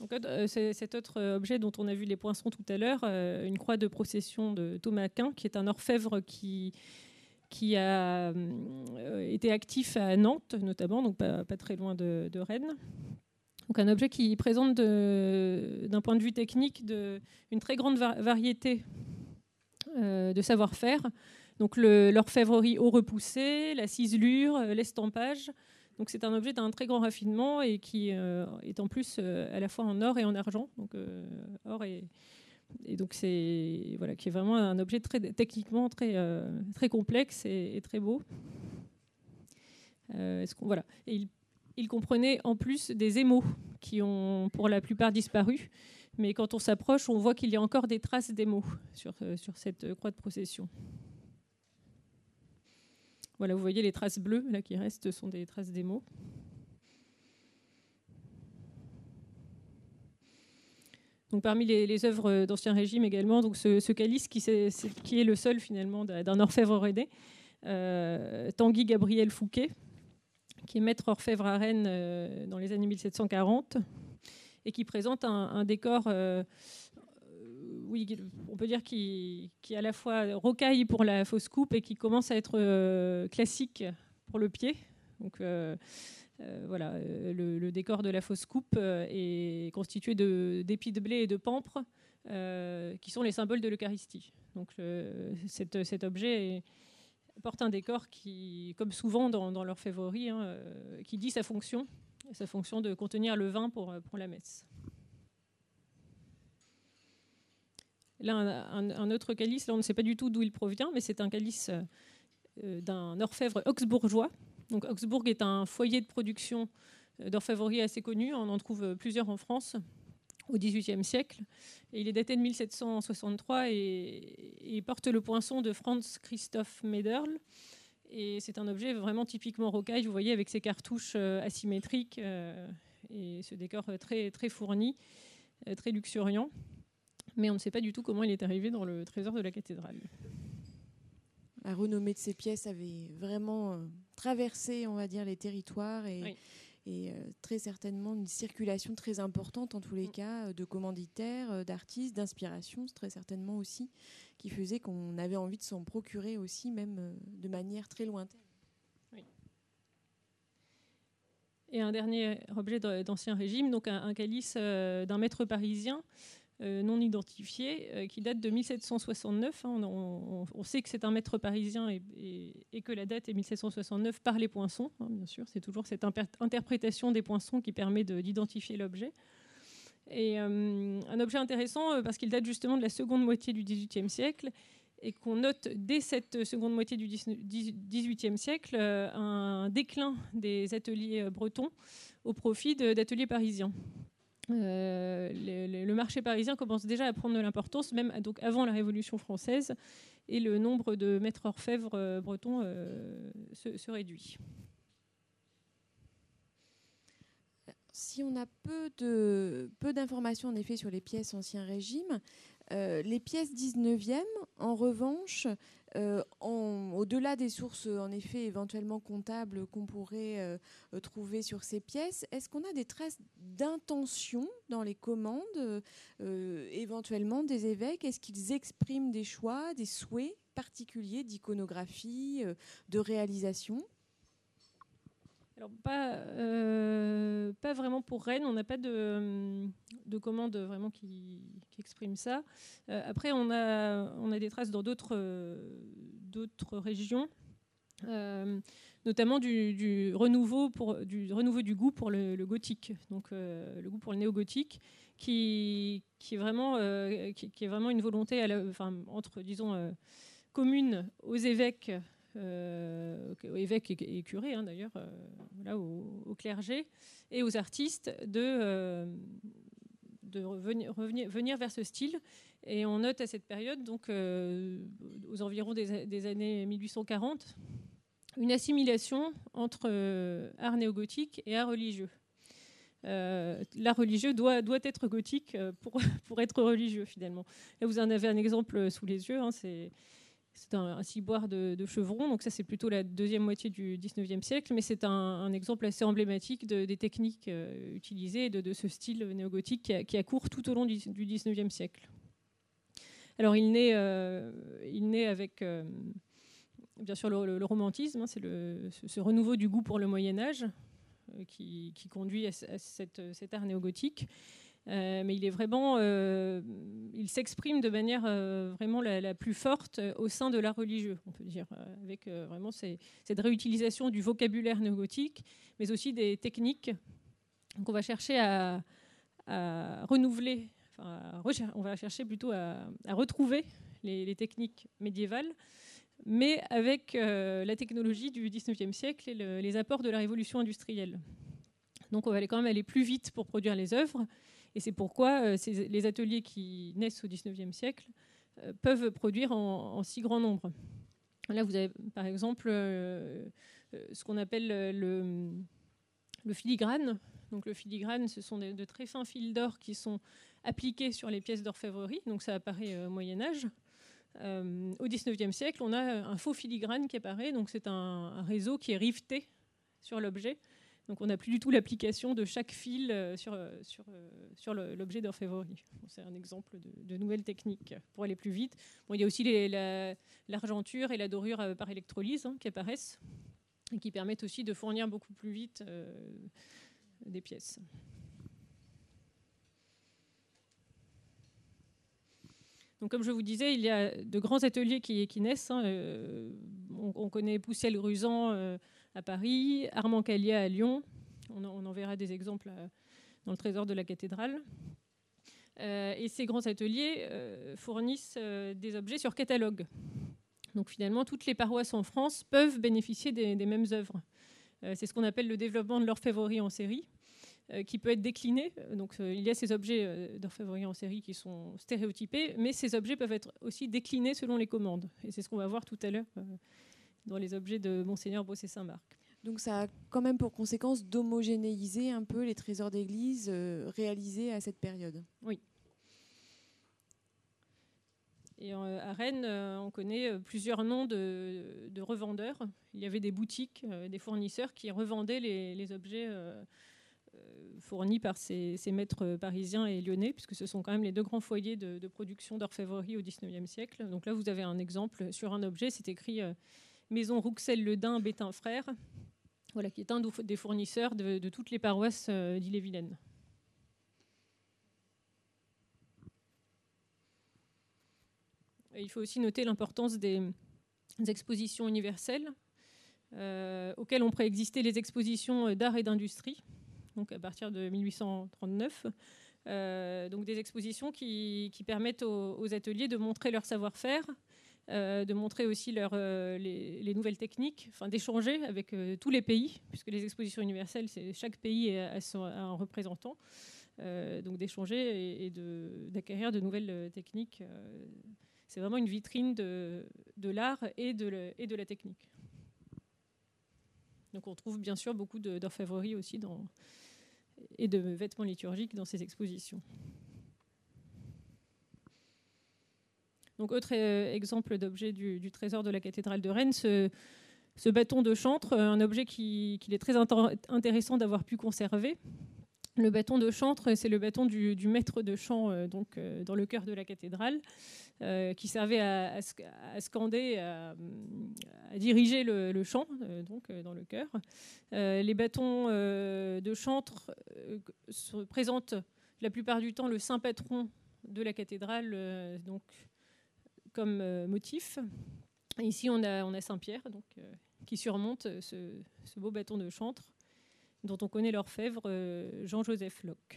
Donc, euh, c'est cet autre objet dont on a vu les poinçons tout à l'heure, euh, une croix de procession de Thomas Aquin, qui est un orfèvre qui, qui a euh, été actif à Nantes, notamment, donc pas, pas très loin de, de Rennes. Donc un objet qui présente, d'un point de vue technique, de, une très grande va- variété euh, de savoir-faire. Donc le, l'orfèvrerie haut repoussé, la ciselure, l'estampage. Donc c'est un objet d'un très grand raffinement et qui euh, est en plus euh, à la fois en or et en argent. Donc euh, or et, et donc c'est voilà, qui est vraiment un objet très techniquement très euh, très complexe et, et très beau. Euh, est-ce qu'on, voilà. Et il, il comprenait en plus des émaux qui ont pour la plupart disparu. Mais quand on s'approche, on voit qu'il y a encore des traces d'émaux sur, euh, sur cette croix de procession. Voilà, vous voyez les traces bleues là, qui restent, sont des traces d'émaux. Donc, parmi les, les œuvres d'Ancien Régime également, donc ce, ce calice qui, c'est, c'est, qui est le seul finalement d'un orfèvre rennais, euh, Tanguy Gabriel Fouquet, qui est maître orfèvre à Rennes euh, dans les années mille sept cent quarante et qui présente un, un décor, euh, oui, on peut dire qui, qui est à la fois rocaille pour la fausse coupe et qui commence à être euh, classique pour le pied. Donc euh, euh, voilà, le, le décor de la fausse coupe euh, est constitué de, d'épis de blé et de pampres euh, qui sont les symboles de l'Eucharistie. Donc le, cet, cet objet est, porte un décor qui, comme souvent dans, dans l'orfèvrerie, hein, euh, qui dit sa fonction, sa fonction de contenir le vin pour, pour la messe. Là, un, un autre calice, là on ne sait pas du tout d'où il provient, mais c'est un calice euh, d'un orfèvre augsbourgeois. Donc Augsbourg est un foyer de production d'orfèvrerie assez connu, on en trouve plusieurs en France au dix-huitième siècle. Et il est daté de mille sept cent soixante-trois et, et il porte le poinçon de Franz Christoph Mederl. Et c'est un objet vraiment typiquement rocaille, vous voyez, avec ses cartouches euh, asymétriques euh, et ce décor très, très fourni, euh, très luxuriant. Mais on ne sait pas du tout comment il est arrivé dans le trésor de la cathédrale. La renommée de ces pièces avait vraiment euh, traversé, on va dire, les territoires et, oui. et euh, très certainement une circulation très importante, en tous les cas, euh, de commanditaires, euh, d'artistes, d'inspiration, très certainement aussi, qui faisait qu'on avait envie de s'en procurer aussi, même euh, de manière très lointaine. Oui. Et un dernier objet d'Ancien Régime, donc un, un calice euh, d'un maître parisien, Euh, non identifié, euh, qui date de mille sept cent soixante-neuf. Hein, on, on, on sait que c'est un maître parisien et, et, et que la date est mille sept cent soixante-neuf par les poinçons, hein, bien sûr. C'est toujours cette interprétation des poinçons qui permet de, d'identifier l'objet. Et euh, un objet intéressant euh, parce qu'il date justement de la seconde moitié du dix-huitième siècle et qu'on note dès cette seconde moitié du dix-huitième siècle euh, un déclin des ateliers bretons au profit de, d'ateliers parisiens. Euh, le, le marché parisien commence déjà à prendre de l'importance, même donc avant la Révolution française, et le nombre de maîtres orfèvres euh, bretons euh, se, se réduit. Si on a peu, de, peu d'informations en effet sur les pièces Ancien Régime, euh, les pièces dix-neuvième, en revanche, euh, en, au-delà des sources en effet éventuellement comptables qu'on pourrait euh, trouver sur ces pièces, est-ce qu'on a des traces d'intention dans les commandes, euh, éventuellement des évêques? Est-ce qu'ils expriment des choix, des souhaits particuliers d'iconographie, euh, de réalisation? Alors, pas, euh, pas vraiment pour Rennes, on n'a pas de, de commande vraiment qui, qui exprime ça. Euh, après, on a, on a des traces dans d'autres, euh, d'autres régions, euh, notamment du, du, renouveau pour, du renouveau du goût pour le, le gothique, donc euh, le goût pour le néo-gothique, qui, qui, est vraiment, euh, qui, qui est vraiment une volonté à la, enfin, entre, disons, euh, commune aux évêques, Euh, aux évêques et, et curés hein, d'ailleurs, euh, voilà, au, au clergé et aux artistes de, euh, de revenir, revenir, venir vers ce style. Et on note à cette période, donc euh, aux environs des, des années mille huit cent quarante, une assimilation entre euh, art néo-gothique et art religieux. Euh, l'art religieux doit, doit être gothique pour, pour être religieux finalement. Là, vous en avez un exemple sous les yeux, hein, c'est C'est un, un ciboire de, de chevron, donc ça c'est plutôt la deuxième moitié du dix-neuvième siècle, mais c'est un, un exemple assez emblématique de, des techniques euh, utilisées de, de ce style néogothique qui a, qui a cours tout au long du, du dix-neuvième siècle. Alors il naît, euh, il naît avec euh, bien sûr le, le, le romantisme, hein, c'est le, ce, ce renouveau du goût pour le Moyen-Âge euh, qui, qui conduit à, à cette, cet art néogothique. Euh, mais il est vraiment, euh, il s'exprime de manière euh, vraiment la, la plus forte au sein de l'art religieux, on peut dire, euh, avec euh, vraiment ces, cette réutilisation du vocabulaire néogothique, mais aussi des techniques. Donc on va chercher à, à renouveler, enfin, à on va chercher plutôt à, à retrouver les, les techniques médiévales, mais avec euh, la technologie du dix-neuvième siècle et le, les apports de la révolution industrielle. Donc on va aller quand même aller plus vite pour produire les œuvres. Et c'est pourquoi euh, ces, les ateliers qui naissent au dix-neuvième siècle euh, peuvent produire en, en si grand nombre. Là, vous avez par exemple euh, euh, ce qu'on appelle le, le filigrane. Donc, le filigrane, ce sont de, de très fins fils d'or qui sont appliqués sur les pièces d'orfèvrerie. Donc, ça apparaît euh, au Moyen-Âge. Euh, au dix-neuvième siècle, on a un faux filigrane qui apparaît. Donc, c'est un, un réseau qui est riveté sur l'objet. Donc on n'a plus du tout l'application de chaque fil euh, sur, sur, euh, sur le, l'objet d'orfèvrerie. Bon, c'est un exemple de, de nouvelles techniques pour aller plus vite. Bon, il y a aussi les, la, l'argenture et la dorure euh, par électrolyse hein, qui apparaissent et qui permettent aussi de fournir beaucoup plus vite euh, des pièces. Donc, comme je vous disais, il y a de grands ateliers qui, qui naissent. Hein, euh, on, on connaît Poussiel-Ruzan euh, à Paris, Armand Calliat à Lyon. On, on en verra des exemples à, dans le trésor de la cathédrale. Euh, et ces grands ateliers euh, fournissent euh, des objets sur catalogue. Donc finalement, toutes les paroisses en France peuvent bénéficier des, des mêmes œuvres. Euh, c'est ce qu'on appelle le développement de l'orfèvrerie en série, euh, qui peut être décliné. Donc euh, il y a ces objets euh, d'orfèvrerie en série qui sont stéréotypés, mais ces objets peuvent être aussi déclinés selon les commandes. Et c'est ce qu'on va voir tout à l'heure euh, dans les objets de Monseigneur Bossé-Saint-Marc. Donc ça a quand même pour conséquence d'homogénéiser un peu les trésors d'église euh, réalisés à cette période. Oui. Et euh, à Rennes, euh, on connaît plusieurs noms de, de revendeurs. Il y avait des boutiques, euh, des fournisseurs qui revendaient les, les objets euh, euh, fournis par ces, ces maîtres parisiens et lyonnais, puisque ce sont quand même les deux grands foyers de, de production d'orfèvrerie au dix-neuvième siècle. Donc là, vous avez un exemple sur un objet, c'est écrit euh, Maison Rouxel-le-Dain, Bétain Frères, voilà, qui est un des fournisseurs de, de toutes les paroisses euh, d'Ille-et-Vilaine. Il faut aussi noter l'importance des, des expositions universelles, euh, auxquelles ont préexisté les expositions d'art et d'industrie, donc à partir de mille huit cent trente-neuf. Euh, donc des expositions qui, qui permettent aux, aux ateliers de montrer leur savoir-faire, euh, de montrer aussi leur, euh, les, les nouvelles techniques, enfin d'échanger avec euh, tous les pays, puisque les expositions universelles, c'est, chaque pays a, son, a un représentant, euh, donc d'échanger et, et de, d'acquérir de nouvelles techniques. Euh, c'est vraiment une vitrine de, de l'art et de, le, et de la technique. Donc on trouve bien sûr beaucoup de, d'orfèvrerie aussi dans, et de vêtements liturgiques dans ces expositions. Donc autre euh, exemple d'objet du, du trésor de la cathédrale de Rennes, ce, ce bâton de chantre, un objet qui, qu'il est très inter- intéressant d'avoir pu conserver. Le bâton de chantre, c'est le bâton du, du maître de chant euh, donc, euh, dans le chœur de la cathédrale, euh, qui servait à, à, à scander, à, à diriger le, le chant euh, donc, euh, dans le chœur. Euh, les bâtons euh, de chantre euh, se présentent la plupart du temps le saint patron de la cathédrale euh, donc, comme euh, motif. Et ici, on a, on a Saint-Pierre donc, euh, qui surmonte ce, ce beau bâton de chantre, dont on connaît l'orfèvre euh, Jean-Joseph Locke.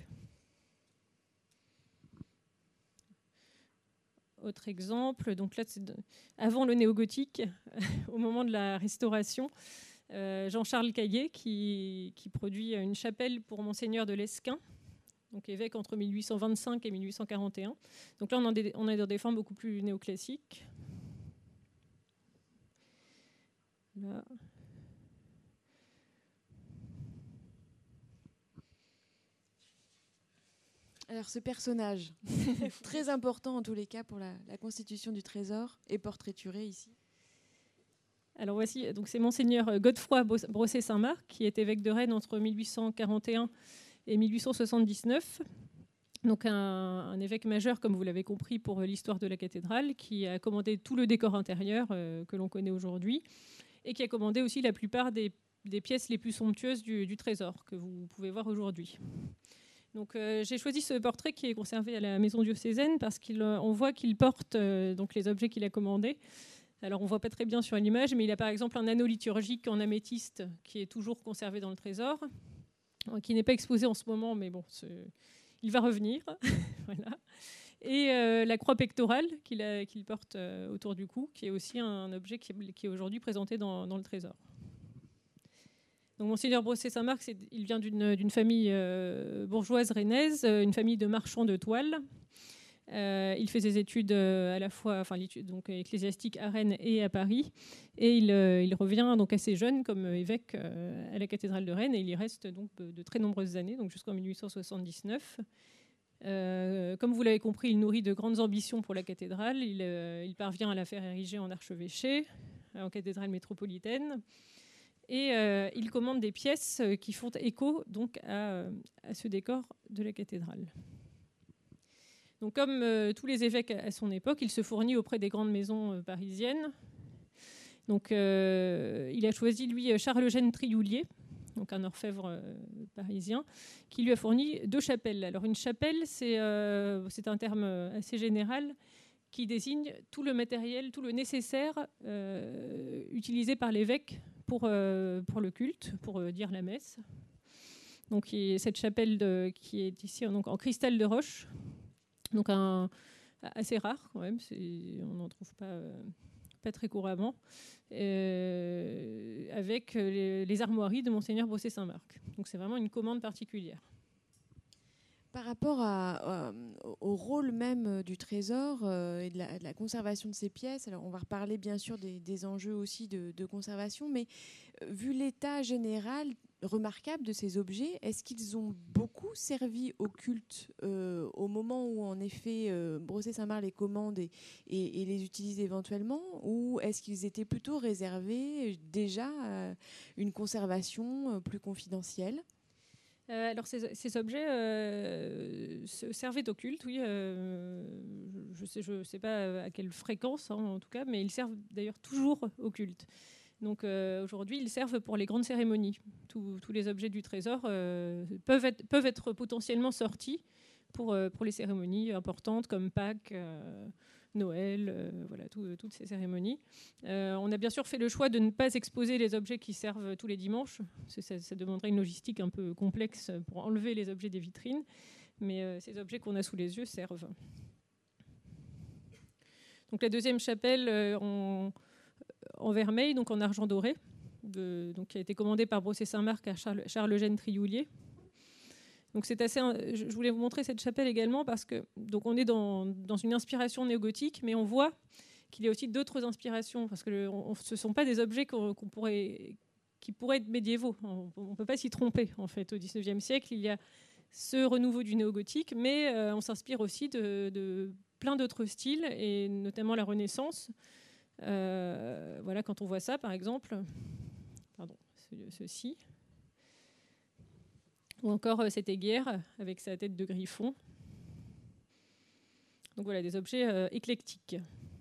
Autre exemple, donc là, c'est de, avant le néogothique, au moment de la Restauration, euh, Jean-Charles Caillet qui, qui produit une chapelle pour Monseigneur de Lesquin, donc évêque entre mille huit cent vingt-cinq et mille huit cent quarante et un. Donc là, on, en des, on est dans des formes beaucoup plus néoclassiques. Là. Alors ce personnage, très important en tous les cas pour la, la constitution du trésor, est portraituré ici. Alors voici, donc c'est Monseigneur Godefroy Brossé-Saint-Marc, qui est évêque de Rennes entre mille huit cent quarante et un et mille huit cent soixante-dix-neuf. Donc un, un évêque majeur, comme vous l'avez compris, pour l'histoire de la cathédrale, qui a commandé tout le décor intérieur euh, que l'on connaît aujourd'hui, et qui a commandé aussi la plupart des, des pièces les plus somptueuses du, du trésor que vous pouvez voir aujourd'hui. Donc euh, j'ai choisi ce portrait qui est conservé à la maison diocésaine parce qu'on voit qu'il porte euh, donc les objets qu'il a commandés. Alors on ne voit pas très bien sur l'image, mais il a par exemple un anneau liturgique en améthyste qui est toujours conservé dans le trésor, qui n'est pas exposé en ce moment, mais bon, il va revenir. Voilà. Et euh, la croix pectorale qu'il, a, qu'il porte euh, autour du cou, qui est aussi un objet qui est, qui est aujourd'hui présenté dans, dans le trésor. Donc, Monseigneur Brossé-Saint-Marc, c'est, il vient d'une, d'une famille euh, bourgeoise rennaise, une famille de marchands de toile. Euh, il fait ses études euh, à la fois, enfin, l'étude, donc, ecclésiastiques à Rennes et à Paris. Et il, euh, il revient donc assez jeune comme évêque euh, à la cathédrale de Rennes. Et il y reste donc de très nombreuses années, donc jusqu'en mille huit cent soixante-dix-neuf. Euh, comme vous l'avez compris, il nourrit de grandes ambitions pour la cathédrale. Il, euh, il parvient à la faire ériger en archevêché, en cathédrale métropolitaine. Et euh, il commande des pièces qui font écho donc, à, à ce décor de la cathédrale. Donc, comme euh, tous les évêques à son époque, il se fournit auprès des grandes maisons euh, parisiennes. Donc, euh, il a choisi, lui, Charles-Eugène Trioulier, donc un orfèvre euh, parisien, qui lui a fourni deux chapelles. Alors, une chapelle, c'est, euh, c'est un terme assez général qui désigne tout le matériel, tout le nécessaire euh, utilisé par l'évêque pour, euh, pour le culte, pour euh, dire la messe. Donc, il y a cette chapelle de, qui est ici donc, en cristal de roche, donc un, assez rare quand même, c'est, on n'en trouve pas, euh, pas très couramment, euh, avec les, les armoiries de Monseigneur Brossé-Saint-Marc. Donc c'est vraiment une commande particulière. Par rapport à, euh, au rôle même du trésor euh, et de la, de la conservation de ces pièces, alors on va reparler bien sûr des, des enjeux aussi de, de conservation, mais euh, vu l'état général remarquable de ces objets, est-ce qu'ils ont beaucoup servi au culte euh, au moment où en effet euh, Brossé-Saint-Marc les commande et, et, et les utilise éventuellement, ou est-ce qu'ils étaient plutôt réservés déjà à une conservation euh, plus confidentielle ? Euh, alors ces, ces objets euh, servaient au culte, oui. Euh, je ne sais, je sais pas à quelle fréquence, hein, en tout cas, mais ils servent d'ailleurs toujours au culte. Donc euh, aujourd'hui, ils servent pour les grandes cérémonies. Tous, tous les objets du trésor euh, peuvent, être, peuvent être potentiellement sortis pour, euh, pour les cérémonies importantes comme Pâques, euh, Noël, euh, voilà, tout, toutes ces cérémonies. Euh, on a bien sûr fait le choix de ne pas exposer les objets qui servent tous les dimanches. Ça, ça demanderait une logistique un peu complexe pour enlever les objets des vitrines. Mais euh, ces objets qu'on a sous les yeux servent. Donc la deuxième chapelle euh, en, en vermeil, donc en argent doré, de, donc, qui a été commandée par Brossé-Saint-Marc à Charles, Charles-Eugène Trioulier. Donc c'est assez, je voulais vous montrer cette chapelle également parce que donc on est dans, dans une inspiration néogothique, mais on voit qu'il y a aussi d'autres inspirations parce que le, on, ce ne sont pas des objets qu'on, qu'on pourrait, qui pourraient être médiévaux. On ne peut pas s'y tromper en fait. Au dix-neuvième siècle, il y a ce renouveau du néogothique, mais euh, on s'inspire aussi de, de plein d'autres styles et notamment la Renaissance. Euh, voilà, quand on voit ça, par exemple, pardon, ce, ceci. Ou encore euh, cette aiguière avec sa tête de griffon. Donc voilà, des objets euh, éclectiques.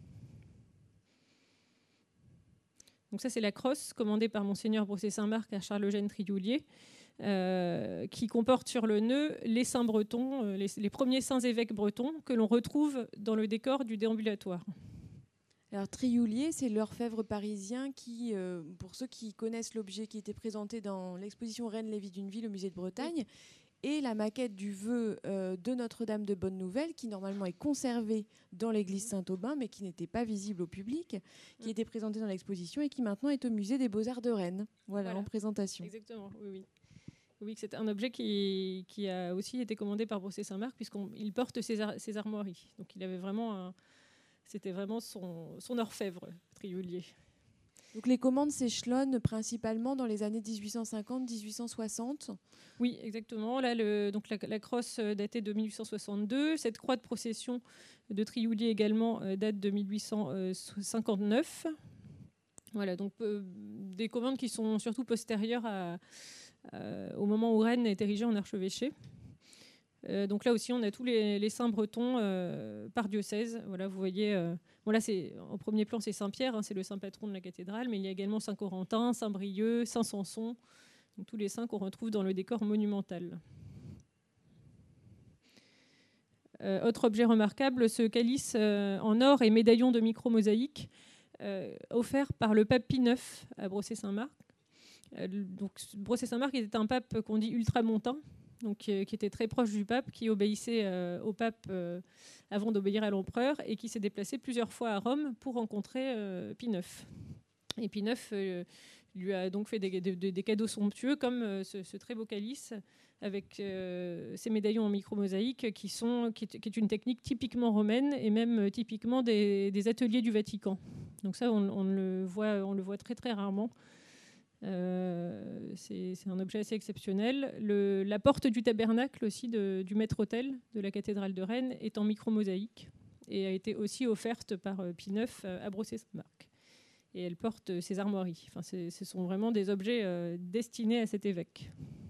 Donc ça, c'est la crosse commandée par Monseigneur Brossé-Saint-Marc à Charles-Eugène Trioulier, euh, qui comporte sur le nœud les saints bretons, euh, les, les premiers saints évêques bretons que l'on retrouve dans le décor du déambulatoire. Alors Trioulier, c'est l'orfèvre parisien qui, euh, pour ceux qui connaissent l'objet qui était présenté dans l'exposition Rennes-Lévis d'une ville au musée de Bretagne, et la maquette du vœu euh, de Notre-Dame de Bonne Nouvelle, qui normalement est conservée dans l'église Saint-Aubin, mais qui n'était pas visible au public, qui était présentée dans l'exposition et qui maintenant est au musée des Beaux-Arts de Rennes. Voilà, voilà. En présentation. Exactement, oui, oui. Oui, c'est un objet qui, qui a aussi été commandé par Brossé-Saint-Marc, puisqu'il porte ses, ar- ses armoiries. Donc il avait vraiment un... C'était vraiment son, son orfèvre, Trioulier. Donc les commandes s'échelonnent principalement dans les années dix-huit cent cinquante à dix-huit cent soixante. Oui, exactement. Là, le, donc la, la crosse datait de mille huit cent soixante-deux. Cette croix de procession de Trioulier également date de mille huit cent cinquante-neuf. Voilà, donc euh, des commandes qui sont surtout postérieures à, à, au moment où Rennes est érigée en archevêché. Euh, donc là aussi, on a tous les, les saints bretons euh, par diocèse. Voilà, vous voyez. Euh, bon là, c'est en premier plan, c'est Saint-Pierre, hein, c'est le saint patron de la cathédrale, mais il y a également Saint-Corentin, Saint-Brieuc, Saint-Sanson, donc tous les saints qu'on retrouve dans le décor monumental. Euh, autre objet remarquable, ce calice euh, en or et médaillon de micro-mosaïque euh, offert par le pape Pie neuf à Brossé-Saint-Marc. Euh, donc Brossé-Saint-Marc était un pape qu'on dit ultramontain, donc euh, qui était très proche du pape, qui obéissait euh, au pape euh, avant d'obéir à l'empereur, et qui s'est déplacé plusieurs fois à Rome pour rencontrer euh, Pie neuf. Et Pie neuf euh, lui a donc fait des, des, des cadeaux somptueux, comme euh, ce, ce très beau calice avec euh, ces médaillons en micro-mosaïque, qui, sont, qui, est, qui est une technique typiquement romaine et même euh, typiquement des, des ateliers du Vatican. Donc ça, on, on, le, voit, on le voit très très rarement. Euh, c'est, c'est un objet assez exceptionnel. Le, la porte du tabernacle aussi de, du maître-autel de la cathédrale de Rennes est en micro-mosaïque et a été aussi offerte par euh, Pie neuf à Brossé-Saint-Marc. Et elle porte ses armoiries. Enfin, c'est, ce sont vraiment des objets euh, destinés à cet évêque.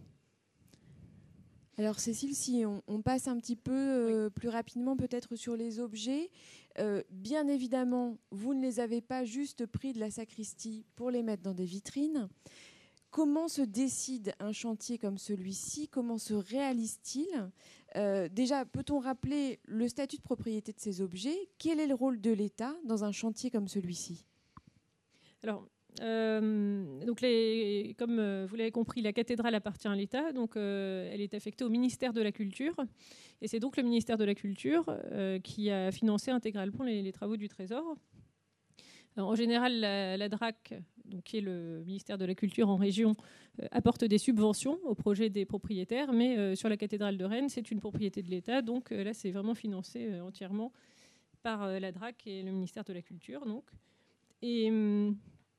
Alors Cécile, si on, on passe un petit peu euh, oui. plus rapidement peut-être sur les objets, euh, bien évidemment, vous ne les avez pas juste pris de la sacristie pour les mettre dans des vitrines. Comment se décide un chantier comme celui-ci? Comment se réalise-t-il? euh, Déjà, peut-on rappeler le statut de propriété de ces objets? Quel est le rôle de l'État dans un chantier comme celui-ci? Alors, Euh, donc les, comme euh, vous l'avez compris, la cathédrale appartient à l'État, donc euh, elle est affectée au ministère de la Culture, et c'est donc le ministère de la Culture euh, qui a financé intégralement les, les travaux du Trésor. Alors, en général, la, la D R A C, donc, qui est le ministère de la Culture en région, euh, apporte des subventions au projet des propriétaires, mais euh, sur la cathédrale de Rennes, c'est une propriété de l'État, donc euh, là, c'est vraiment financé euh, entièrement par euh, la D R A C et le ministère de la Culture. Donc. Et hum,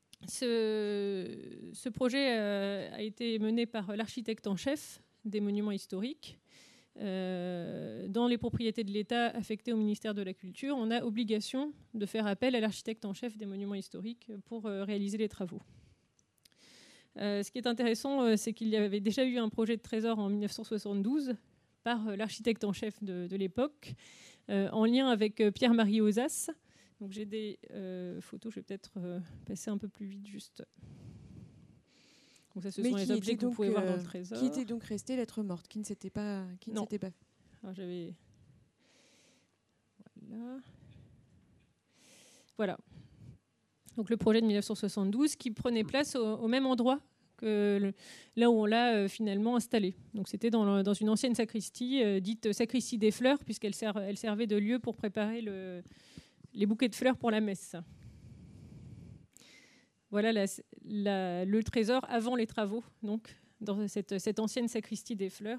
Ce, ce projet euh, a été mené par l'architecte en chef des monuments historiques. Euh, dans les propriétés de l'État affectées au ministère de la Culture, on a obligation de faire appel à l'architecte en chef des monuments historiques pour euh, réaliser les travaux. Euh, ce qui est intéressant, euh, c'est qu'il y avait déjà eu un projet de trésor en mille neuf cent soixante-douze par euh, l'architecte en chef de, de l'époque, euh, en lien avec euh, Pierre-Marie Ozas. Donc j'ai des euh, photos, je vais peut-être euh, passer un peu plus vite juste. Donc ça, ce Mais sont les objets que donc, vous pouvez euh, voir dans le trésor. trésor. Qui était donc resté lettre morte, qui ne s'était pas, qui ne non. s'était pas. Alors j'avais. Voilà. Voilà. Donc le projet de mille neuf cent soixante-douze qui prenait place au, au même endroit que le, là où on l'a euh, finalement installé. Donc c'était dans, le, dans une ancienne sacristie euh, dite sacristie des fleurs, puisqu'elle ser, elle servait de lieu pour préparer le les bouquets de fleurs pour la messe. Voilà la, la, le trésor avant les travaux, donc, dans cette, cette ancienne sacristie des fleurs.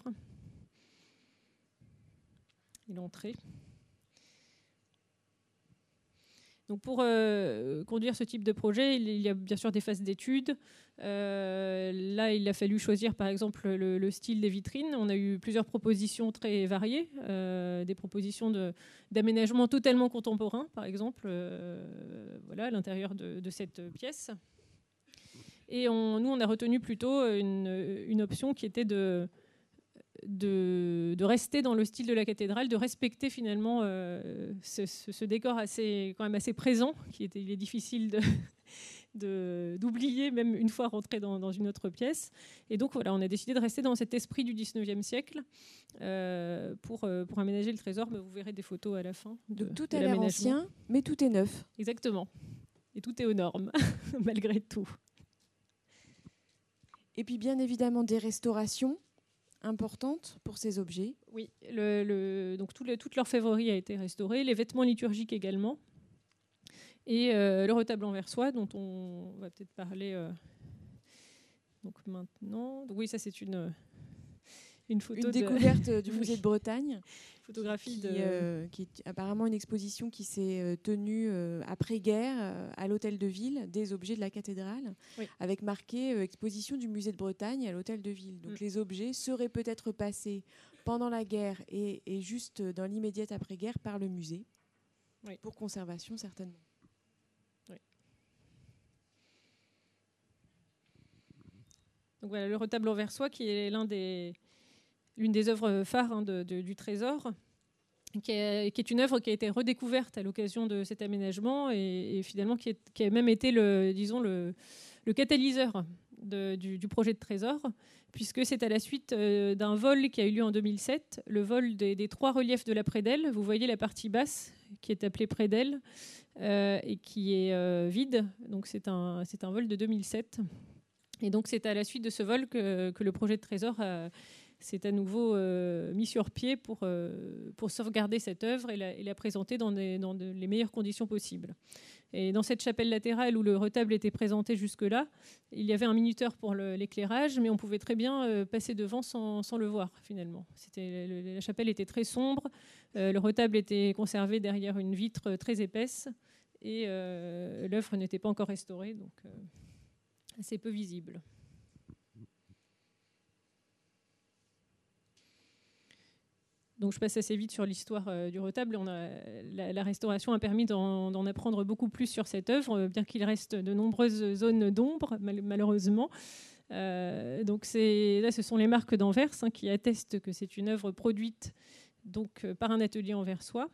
Et l'entrée. Donc pour euh, conduire ce type de projet, il y a bien sûr des phases d'études. Euh, là, il a fallu choisir par exemple le, le style des vitrines. On a eu plusieurs propositions très variées, euh, des propositions de, d'aménagement totalement contemporain, par exemple, euh, voilà, à l'intérieur de, de cette pièce. Et on, nous, on a retenu plutôt une, une option qui était de... De, de rester dans le style de la cathédrale, de respecter finalement euh, ce, ce, ce décor assez, quand même assez présent, qui était, il est difficile de, de, d'oublier même une fois rentré dans, dans une autre pièce. Et donc voilà, on a décidé de rester dans cet esprit du dix-neuvième siècle euh, pour, euh, pour aménager le trésor. Mais vous verrez des photos à la fin. De, donc tout de a l'air ancien, mais tout est neuf. Exactement. Et tout est aux normes, malgré tout. Et puis bien évidemment des restaurations importante pour ces objets. Oui, le, le, donc tout le, toute l'orfèvrerie a été restaurée, les vêtements liturgiques également, et euh, le retable anversois dont on va peut-être parler euh, donc maintenant. Donc oui, ça c'est une, une photo une de... découverte du musée de Bretagne. Photographie qui, de... euh, qui est apparemment une exposition qui s'est euh, tenue euh, après-guerre euh, à l'hôtel de ville des objets de la cathédrale, oui. avec marqué euh, exposition du musée de Bretagne à l'hôtel de ville. Donc mm. les objets seraient peut-être passés pendant la guerre et, et juste dans l'immédiate après-guerre par le musée, oui. pour conservation certainement. Oui. Donc voilà, le retable anversois qui est l'un des, l'une des œuvres phares hein, de, de, du trésor. Qui est, qui est une œuvre qui a été redécouverte à l'occasion de cet aménagement et, et finalement qui, est, qui a même été le, disons, le, le catalyseur de, du, du projet de trésor, puisque c'est à la suite euh, d'un vol qui a eu lieu en deux mille sept, le vol des, des trois reliefs de la prédelle. Vous voyez la partie basse qui est appelée prédelle euh, et qui est euh, vide. Donc c'est un, c'est un vol de deux mille sept. Et donc c'est à la suite de ce vol que, que le projet de trésor a c'est à nouveau euh, mis sur pied pour, euh, pour sauvegarder cette œuvre et la, et la présenter dans, des, dans de, les meilleures conditions possibles. Et dans cette chapelle latérale où le retable était présenté jusque-là, il y avait un minuteur pour le, l'éclairage, mais on pouvait très bien euh, passer devant sans, sans le voir, finalement. C'était, le, la chapelle était très sombre, euh, le retable était conservé derrière une vitre très épaisse, et euh, l'œuvre n'était pas encore restaurée, donc euh, assez peu visible. Donc je passe assez vite sur l'histoire euh, du retable. On a, la, la restauration a permis d'en, d'en apprendre beaucoup plus sur cette œuvre, bien qu'il reste de nombreuses zones d'ombre, mal, malheureusement. Euh, donc c'est, là, ce sont les marques d'Anvers hein, qui attestent que c'est une œuvre produite donc, euh, par un atelier anversois.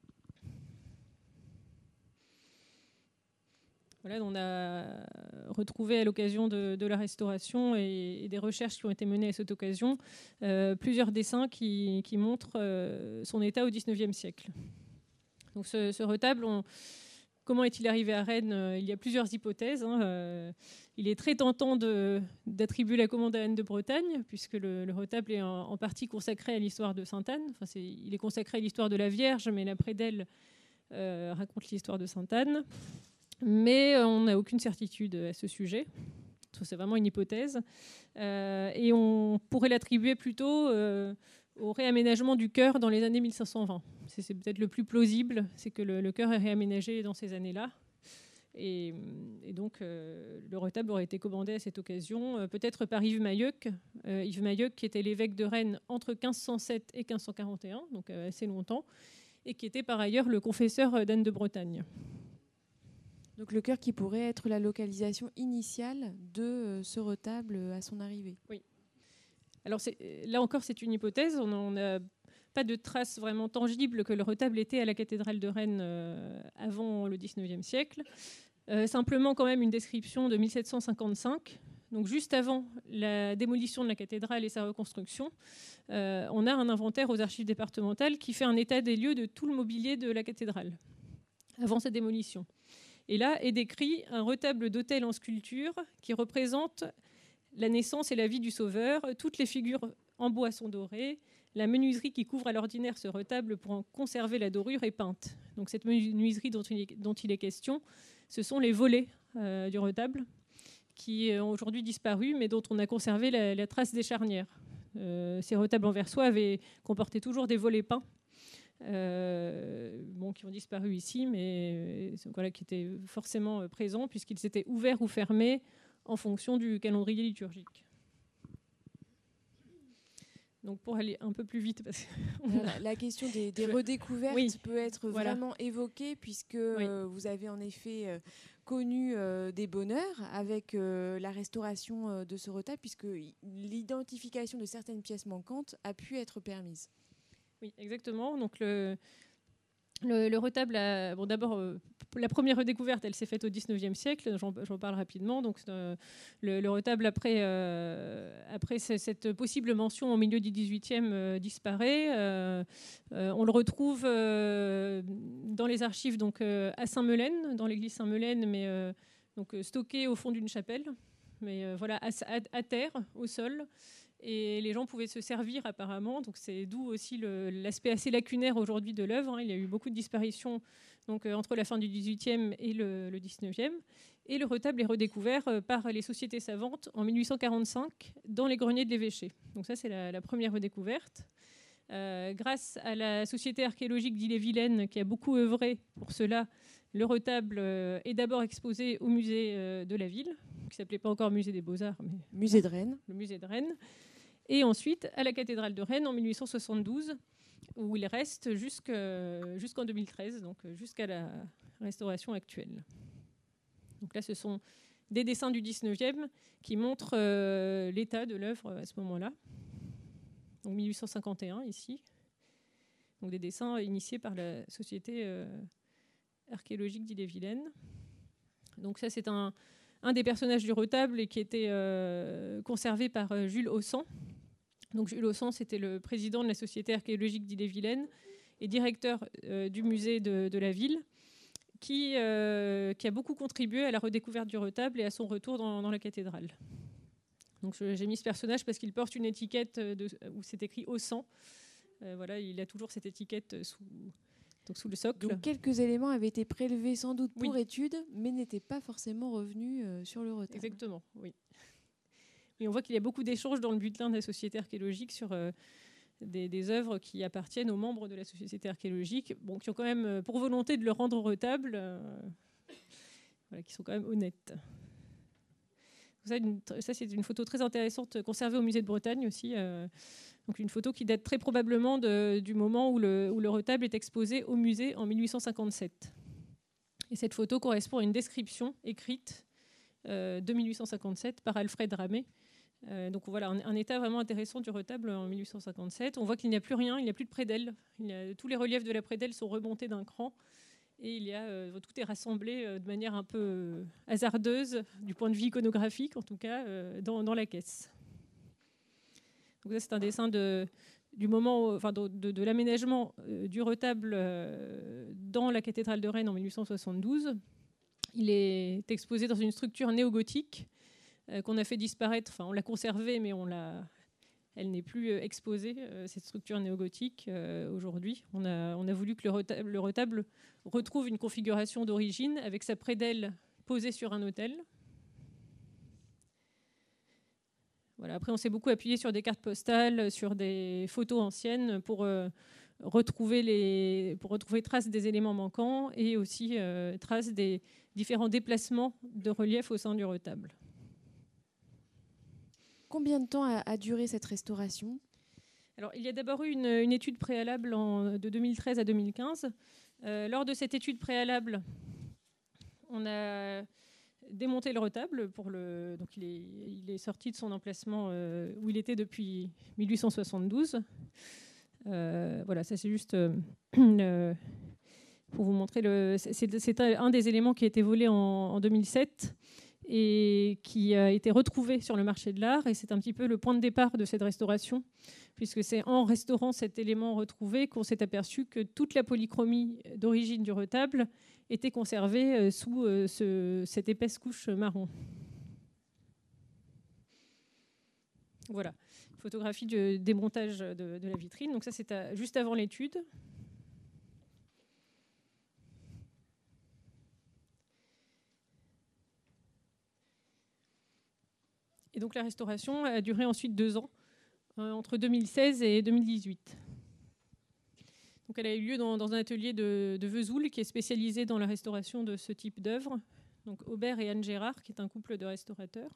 Voilà, on a retrouvé à l'occasion de, de la restauration et, et des recherches qui ont été menées à cette occasion euh, plusieurs dessins qui, qui montrent euh, son état au dix-neuvième siècle. Donc ce, ce retable, on, comment est-il arrivé à Rennes ? Il y a plusieurs hypothèses. Hein. Euh, il est très tentant de, d'attribuer la commande à Anne de Bretagne, puisque le, le retable est en, en partie consacré à l'histoire de Sainte-Anne. Enfin, c'est, il est consacré à l'histoire de la Vierge, mais la prédelle euh, raconte l'histoire de Sainte-Anne. Mais on n'a aucune certitude à ce sujet. C'est vraiment une hypothèse. Euh, et on pourrait l'attribuer plutôt euh, au réaménagement du chœur dans les années mille cinq cent vingt. C'est, c'est peut-être le plus plausible, c'est que le, le chœur est réaménagé dans ces années-là. Et, et donc, euh, le retable aurait été commandé à cette occasion, euh, peut-être par Yves Mailleuc. Euh, Yves Mailleuc, qui était l'évêque de Rennes entre quinze cent sept et quinze cent quarante et un, donc euh, assez longtemps, et qui était par ailleurs le confesseur d'Anne de Bretagne. Donc le chœur qui pourrait être la localisation initiale de euh, ce retable à son arrivée. Oui. Alors c'est, là encore, c'est une hypothèse. On n'a pas de traces vraiment tangibles que le retable était à la cathédrale de Rennes euh, avant le dix-neuvième siècle. Euh, simplement quand même une description de mille sept cent cinquante-cinq, donc juste avant la démolition de la cathédrale et sa reconstruction. Euh, on a un inventaire aux archives départementales qui fait un état des lieux de tout le mobilier de la cathédrale avant sa démolition. Et là est décrit un retable d'autel en sculpture qui représente la naissance et la vie du Sauveur. Toutes les figures en bois sont dorées. La menuiserie qui couvre à l'ordinaire ce retable pour en conserver la dorure est peinte. Donc cette menuiserie dont il est, dont il est question, ce sont les volets euh, du retable qui ont aujourd'hui disparu, mais dont on a conservé la, la trace des charnières. Euh, ces retables anversois avaient comporté toujours des volets peints. Euh, bon, qui ont disparu ici, mais euh, voilà, qui étaient forcément euh, présents puisqu'ils étaient ouverts ou fermés en fonction du calendrier liturgique. Donc pour aller un peu plus vite, parce que voilà, la question des, des redécouvertes oui. peut être voilà. vraiment évoquée puisque oui. euh, vous avez en effet euh, connu euh, des bonheurs avec euh, la restauration euh, de ce retable puisque l'identification de certaines pièces manquantes a pu être permise. Oui, exactement. Donc le, le, le retable, a, bon, d'abord, euh, la première redécouverte, elle s'est faite au dix-neuvième siècle. J'en, j'en parle rapidement. Donc euh, le, le retable après, euh, après cette possible mention au milieu du dix-huitième euh, disparaît. Euh, euh, on le retrouve euh, dans les archives, donc euh, à Saint-Melaine, dans l'église Saint-Melaine, mais euh, donc stocké au fond d'une chapelle, mais euh, voilà, à, à, à terre, au sol. Et les gens pouvaient se servir apparemment, donc c'est d'où aussi le, l'aspect assez lacunaire aujourd'hui de l'œuvre. Hein. Il y a eu beaucoup de disparitions donc, euh, entre la fin du dix-huitième et le, le dix-neuvième. Et le retable est redécouvert par les sociétés savantes en mille huit cent quarante-cinq dans les greniers de l'évêché. Donc ça, c'est la, la première redécouverte. Euh, grâce à la Société archéologique d'Ille-et-Vilaine, qui a beaucoup œuvré pour cela, le retable euh, est d'abord exposé au musée euh, de la ville, qui ne s'appelait pas encore musée des Beaux-Arts, mais musée de Rennes. Le musée de Rennes. Et ensuite à la cathédrale de Rennes en mille huit cent soixante-douze, où il reste jusqu'en deux mille treize, donc jusqu'à la restauration actuelle. Donc là, ce sont des dessins du dix-neuvième qui montrent euh, l'état de l'œuvre à ce moment-là. Donc mille huit cent cinquante et un ici. Donc des dessins initiés par la Société euh, archéologique d'Ille-et-Vilaine. Donc ça, c'est un, un des personnages du retable et qui était euh, conservé par euh, Jules Haussant. Donc Jules Haussant, c'était le président de la Société archéologique d'Ille-et-Vilaine et directeur euh, du musée de, de la ville, qui, euh, qui a beaucoup contribué à la redécouverte du retable et à son retour dans, dans la cathédrale. Donc j'ai mis ce personnage parce qu'il porte une étiquette de, où c'est écrit Haussant. Euh, voilà, il a toujours cette étiquette sous, donc sous le socle. Donc quelques éléments avaient été prélevés sans doute pour oui. étude, mais n'étaient pas forcément revenus euh, sur le retable. Exactement, oui. Et on voit qu'il y a beaucoup d'échanges dans le bulletin de la Société archéologique sur euh, des, des œuvres qui appartiennent aux membres de la Société archéologique, bon, qui ont quand même pour volonté de le rendre retable, euh, voilà, qui sont quand même honnêtes. Ça, une, ça, c'est une photo très intéressante conservée au musée de Bretagne aussi. Euh, donc une photo qui date très probablement de, du moment où le, où le retable est exposé au musée en mille huit cent cinquante-sept. Et cette photo correspond à une description écrite euh, de mille huit cent cinquante-sept par Alfred Ramé. Euh, donc voilà, un, un état vraiment intéressant du retable en mille huit cent cinquante-sept. On voit qu'il n'y a plus rien, il n'y a plus de prédelle. Il y a, tous les reliefs de la prédelle sont remontés d'un cran. Et il y a, euh, tout est rassemblé euh, de manière un peu euh, hasardeuse, du point de vue iconographique en tout cas, euh, dans, dans la caisse. Donc ça, c'est un dessin de, du moment, enfin de, de, de l'aménagement euh, du retable euh, dans la cathédrale de Rennes en mille huit cent soixante-douze. Il est exposé dans une structure néogothique euh, qu'on a fait disparaître. Enfin, on l'a conservée, mais on l'a. Elle n'est plus exposée, cette structure néogothique, euh, aujourd'hui. On a, on a voulu que le retable, le retable retrouve une configuration d'origine avec sa prédelle posée sur un autel. Voilà. Après, on s'est beaucoup appuyé sur des cartes postales, sur des photos anciennes pour, euh, retrouver, les, pour retrouver traces des éléments manquants et aussi euh, traces des différents déplacements de relief au sein du retable. Combien de temps a, a duré cette restauration ? Alors, il y a d'abord eu une, une étude préalable en, de deux mille treize à deux mille quinze. Euh, lors de cette étude préalable, on a démonté le retable. Pour le, donc il, est, il est sorti de son emplacement euh, où il était depuis mille huit cent soixante-douze. Euh, voilà, ça c'est juste euh, le, pour vous montrer. Le, c'est, c'est un des éléments qui a été volé en, en deux mille sept. Et qui a été retrouvé sur le marché de l'art. Et c'est un petit peu le point de départ de cette restauration, puisque c'est en restaurant cet élément retrouvé qu'on s'est aperçu que toute la polychromie d'origine du retable était conservée sous ce, cette épaisse couche marron. Voilà, photographie du démontage de, de la vitrine. Donc ça, c'est à, juste avant l'étude. Et donc la restauration a duré ensuite deux ans, euh, entre deux mille seize et deux mille dix-huit. Donc elle a eu lieu dans, dans un atelier de, de Vesoul qui est spécialisé dans la restauration de ce type d'œuvre. Donc Aubert et Anne Gérard, qui est un couple de restaurateurs.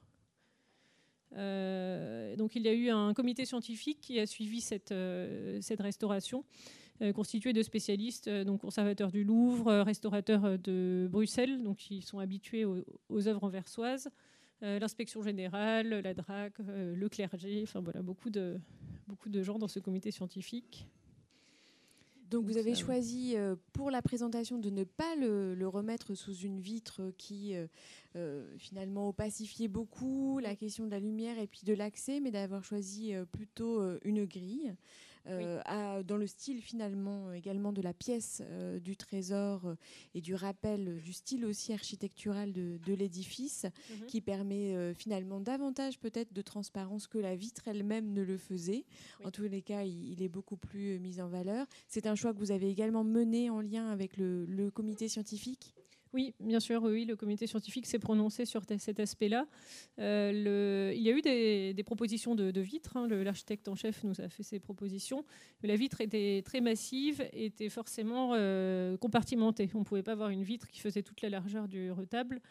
Euh, donc il y a eu un comité scientifique qui a suivi cette, euh, cette restauration, euh, constitué de spécialistes, euh, donc conservateurs du Louvre, euh, restaurateurs de Bruxelles, donc qui sont habitués aux, aux œuvres anversoises. Euh, l'inspection générale, la D R A C, euh, le clergé, enfin voilà, beaucoup de, beaucoup de gens dans ce comité scientifique. Donc, Donc vous avez ça, choisi euh, pour la présentation de ne pas le, le remettre sous une vitre qui euh, euh, finalement opacifiait beaucoup la question de la lumière et puis de l'accès, mais d'avoir choisi euh, plutôt euh, une grille. Euh, oui. à, dans le style finalement également de la pièce euh, du trésor euh, et du rappel du style aussi architectural de, de l'édifice, mm-hmm. qui permet euh, finalement davantage peut-être de transparence que la vitre elle-même ne le faisait. Oui. En tous les cas, il, il est beaucoup plus euh, mis en valeur. C'est un choix que vous avez également mené en lien avec le, le comité scientifique ? Oui, bien sûr, oui, le comité scientifique s'est prononcé sur cet aspect-là. Euh, le, il y a eu des, des propositions de, de vitres. Hein, l'architecte en chef nous a fait ses propositions. Mais la vitre était très massive et était forcément euh, compartimentée. On ne pouvait pas avoir une vitre qui faisait toute la largeur du retable,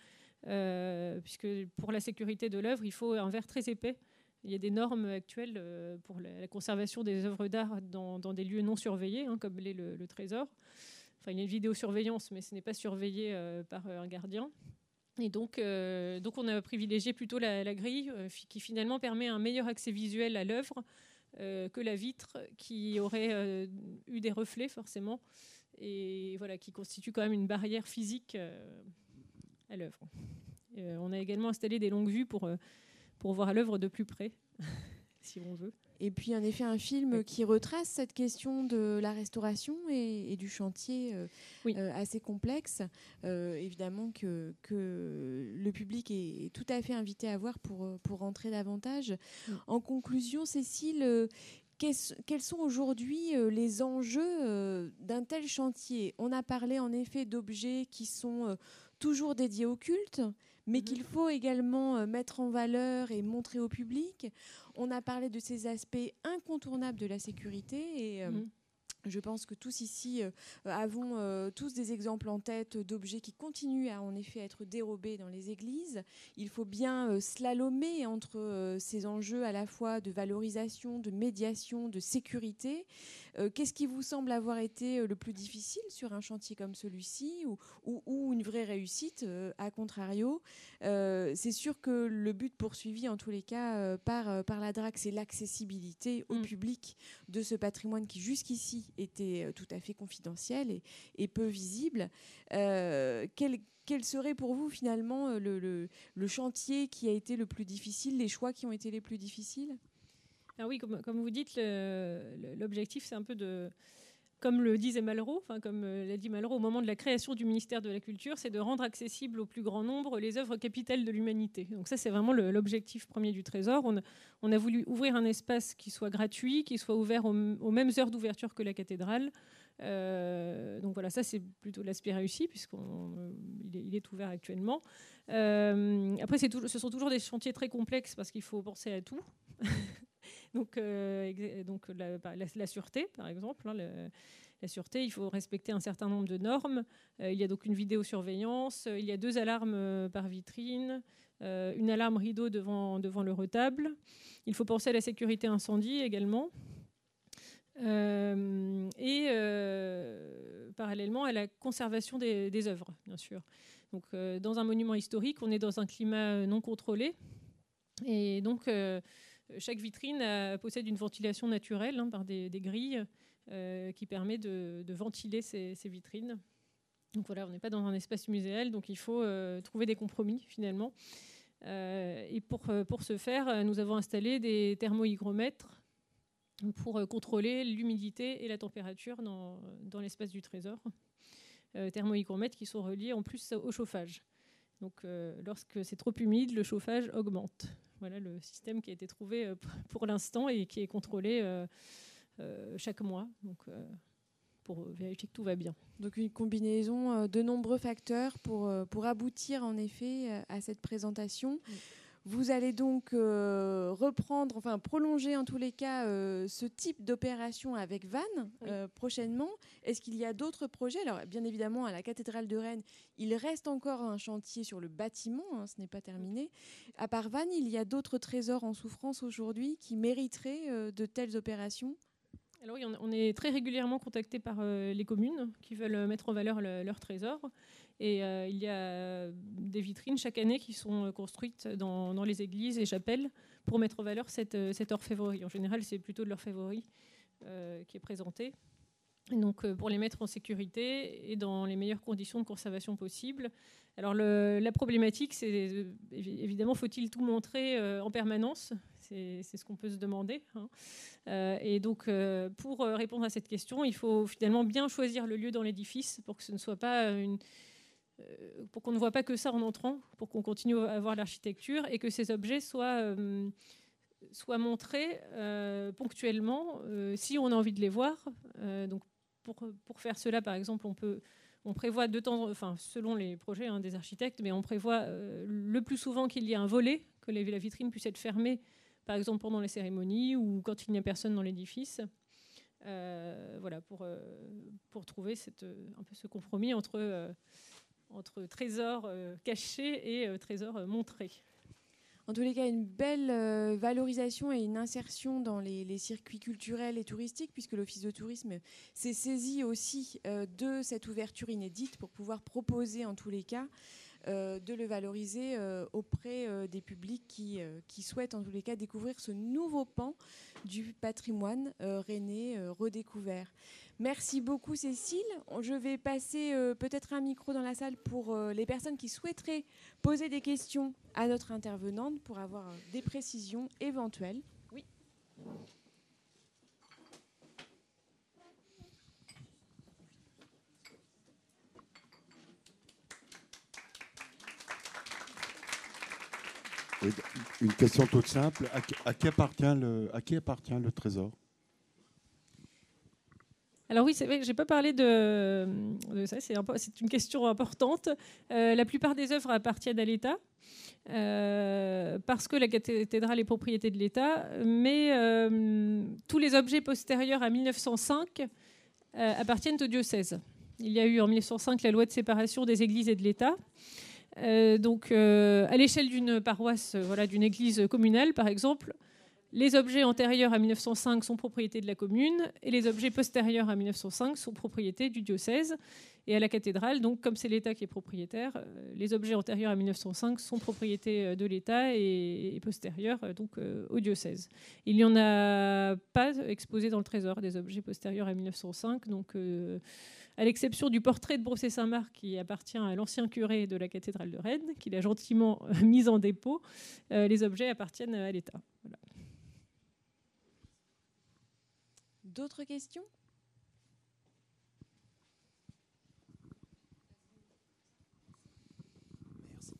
euh, puisque pour la sécurité de l'œuvre, il faut un verre très épais. Il y a des normes actuelles euh, pour la, la conservation des œuvres d'art dans, dans des lieux non surveillés, hein, comme l'est le, le Trésor. Enfin, il y a une vidéosurveillance, mais ce n'est pas surveillé euh, par un gardien. Et donc, euh, donc on a privilégié plutôt la, la grille, euh, qui finalement permet un meilleur accès visuel à l'œuvre euh, que la vitre, qui aurait euh, eu des reflets forcément, et voilà, qui constitue quand même une barrière physique euh, à l'œuvre. Euh, on a également installé des longues vues pour, euh, pour voir l'œuvre de plus près, si on veut. Et puis, en effet, un film oui. qui retrace cette question de la restauration et, et du chantier euh, oui. euh, assez complexe. Euh, évidemment que, que le public est, est tout à fait invité à voir pour, pour rentrer davantage. Oui. En conclusion, Cécile, euh, quels sont aujourd'hui euh, les enjeux euh, d'un tel chantier ? On a parlé en effet d'objets qui sont euh, toujours dédiés au culte, mais mmh. qu'il faut également euh, mettre en valeur et montrer au public. On a parlé de ces aspects incontournables de la sécurité et euh, mmh. je pense que tous ici euh, avons euh, tous des exemples en tête d'objets qui continuent à en effet être dérobés dans les églises. Il faut bien euh, slalomer entre euh, ces enjeux à la fois de valorisation, de médiation, de sécurité. Euh, qu'est-ce qui vous semble avoir été euh, le plus difficile sur un chantier comme celui-ci ou, ou, ou une vraie réussite euh, à contrario? euh, C'est sûr que le but poursuivi en tous les cas euh, par, euh, par la D R A C, c'est l'accessibilité au mmh. public de ce patrimoine qui jusqu'ici était tout à fait confidentiel et, et peu visible. Euh, quel, quel serait pour vous finalement le, le, le chantier qui a été le plus difficile, les choix qui ont été les plus difficiles ? Ah oui, comme, comme vous dites, le, le, l'objectif c'est un peu de... Comme le disait Malraux, enfin comme l'a dit Malraux au moment de la création du ministère de la Culture, c'est de rendre accessible au plus grand nombre les œuvres capitales de l'humanité. Donc ça, c'est vraiment le, l'objectif premier du Trésor. On a, on a voulu ouvrir un espace qui soit gratuit, qui soit ouvert aux, aux mêmes heures d'ouverture que la cathédrale. Euh, donc voilà, ça c'est plutôt l'aspect réussi puisqu'il est, il est ouvert actuellement. Euh, après, c'est tout, ce sont toujours des chantiers très complexes parce qu'il faut penser à tout. Donc, euh, donc la, la, la sûreté, par exemple. Hein, le, la sûreté, il faut respecter un certain nombre de normes. Euh, il y a donc une vidéosurveillance. Il y a deux alarmes par vitrine, euh, une alarme rideau devant, devant le retable. Il faut penser à la sécurité incendie également. Euh, et euh, parallèlement à la conservation des, des œuvres, bien sûr. Donc, euh, dans un monument historique, on est dans un climat non contrôlé. Et donc... Euh, Chaque vitrine a, possède une ventilation naturelle hein, par des, des grilles euh, qui permet de, de ventiler ces, ces vitrines. Donc voilà, on n'est pas dans un espace muséal, donc il faut euh, trouver des compromis finalement. Euh, et pour, pour ce faire, nous avons installé des thermohygromètres pour contrôler l'humidité et la température dans, dans l'espace du Trésor. Euh, thermohygromètres qui sont reliés en plus au chauffage. Donc euh, lorsque c'est trop humide, le chauffage augmente. Voilà le système qui a été trouvé pour l'instant et qui est contrôlé euh, euh, chaque mois donc, euh, pour vérifier que tout va bien. Donc une combinaison de nombreux facteurs pour, pour aboutir en effet à cette présentation. Oui. Vous allez donc euh, reprendre, enfin prolonger en tous les cas euh, ce type d'opération avec Vannes oui. euh, prochainement. Est-ce qu'il y a d'autres projets ? Alors bien évidemment à la cathédrale de Rennes, il reste encore un chantier sur le bâtiment, hein, ce n'est pas terminé. À part Vannes, il y a d'autres trésors en souffrance aujourd'hui qui mériteraient euh, de telles opérations ? Alors oui, on est très régulièrement contacté par euh, les communes qui veulent mettre en valeur le, leur trésor. Et euh, il y a des vitrines chaque année qui sont construites dans, dans les églises et chapelles pour mettre en valeur cette, cette orfèvrerie. En général, c'est plutôt de l'orfèvrerie euh, qui est présentée. Et donc, euh, pour les mettre en sécurité et dans les meilleures conditions de conservation possibles. Alors, le, la problématique, c'est évidemment, faut-il tout montrer euh, en permanence ? C'est, c'est ce qu'on peut se demander. Hein. Euh, et donc, euh, pour répondre à cette question, il faut finalement bien choisir le lieu dans l'édifice pour que ce ne soit pas une, euh, pour qu'on ne voit pas que ça en entrant, pour qu'on continue à voir l'architecture et que ces objets soient, euh, soient montrés euh, ponctuellement euh, si on a envie de les voir. Euh, donc, pour, pour faire cela, par exemple, on peut On prévoit de temps, enfin, selon les projets hein, des architectes, mais on prévoit euh, le plus souvent qu'il y ait un volet, que les, la vitrine puisse être fermée, par exemple pendant les cérémonies ou quand il n'y a personne dans l'édifice. Euh, voilà, pour, euh, pour trouver cette, un peu ce compromis entre, euh, entre trésors euh, cachés et euh, trésors euh, montrés. En tous les cas, une belle euh, valorisation et une insertion dans les, les circuits culturels et touristiques, puisque l'Office de tourisme s'est saisi aussi euh, de cette ouverture inédite pour pouvoir proposer, en tous les cas, euh, de le valoriser euh, auprès euh, des publics qui, euh, qui souhaitent, en tous les cas, découvrir ce nouveau pan du patrimoine euh, rennais euh, redécouvert. Merci beaucoup Cécile. Je vais passer euh, peut-être un micro dans la salle pour euh, les personnes qui souhaiteraient poser des questions à notre intervenante pour avoir euh, des précisions éventuelles. Oui. Oui, une question toute simple. À qui, à qui appartient le, à qui appartient le trésor ? Alors oui, c'est vrai que je n'ai pas parlé de, de ça, c'est, c'est une question importante. Euh, la plupart des œuvres appartiennent à l'État, euh, parce que la cathédrale est propriété de l'État, mais euh, tous les objets postérieurs à mille neuf cent cinq euh, appartiennent au diocèse. Il y a eu en mille neuf cent cinq la loi de séparation des églises et de l'État. Euh, donc euh, à l'échelle d'une paroisse, euh, voilà, d'une église communale par exemple, les objets antérieurs à mille neuf cent cinq sont propriété de la commune et les objets postérieurs à mille neuf cent cinq sont propriété du diocèse. Et à la cathédrale, donc, comme c'est l'État qui est propriétaire, euh, les objets antérieurs à mille neuf cent cinq sont propriété de l'État et, et postérieurs euh, donc, euh, au diocèse. Il n'y en a pas exposé dans le trésor des objets postérieurs à mille neuf cent cinq. Donc, euh, à l'exception du portrait de Brossé-Saint-Marc qui appartient à l'ancien curé de la cathédrale de Rennes, qu'il a gentiment mis en dépôt, euh, les objets appartiennent à l'État. Voilà. D'autres questions ? Merci.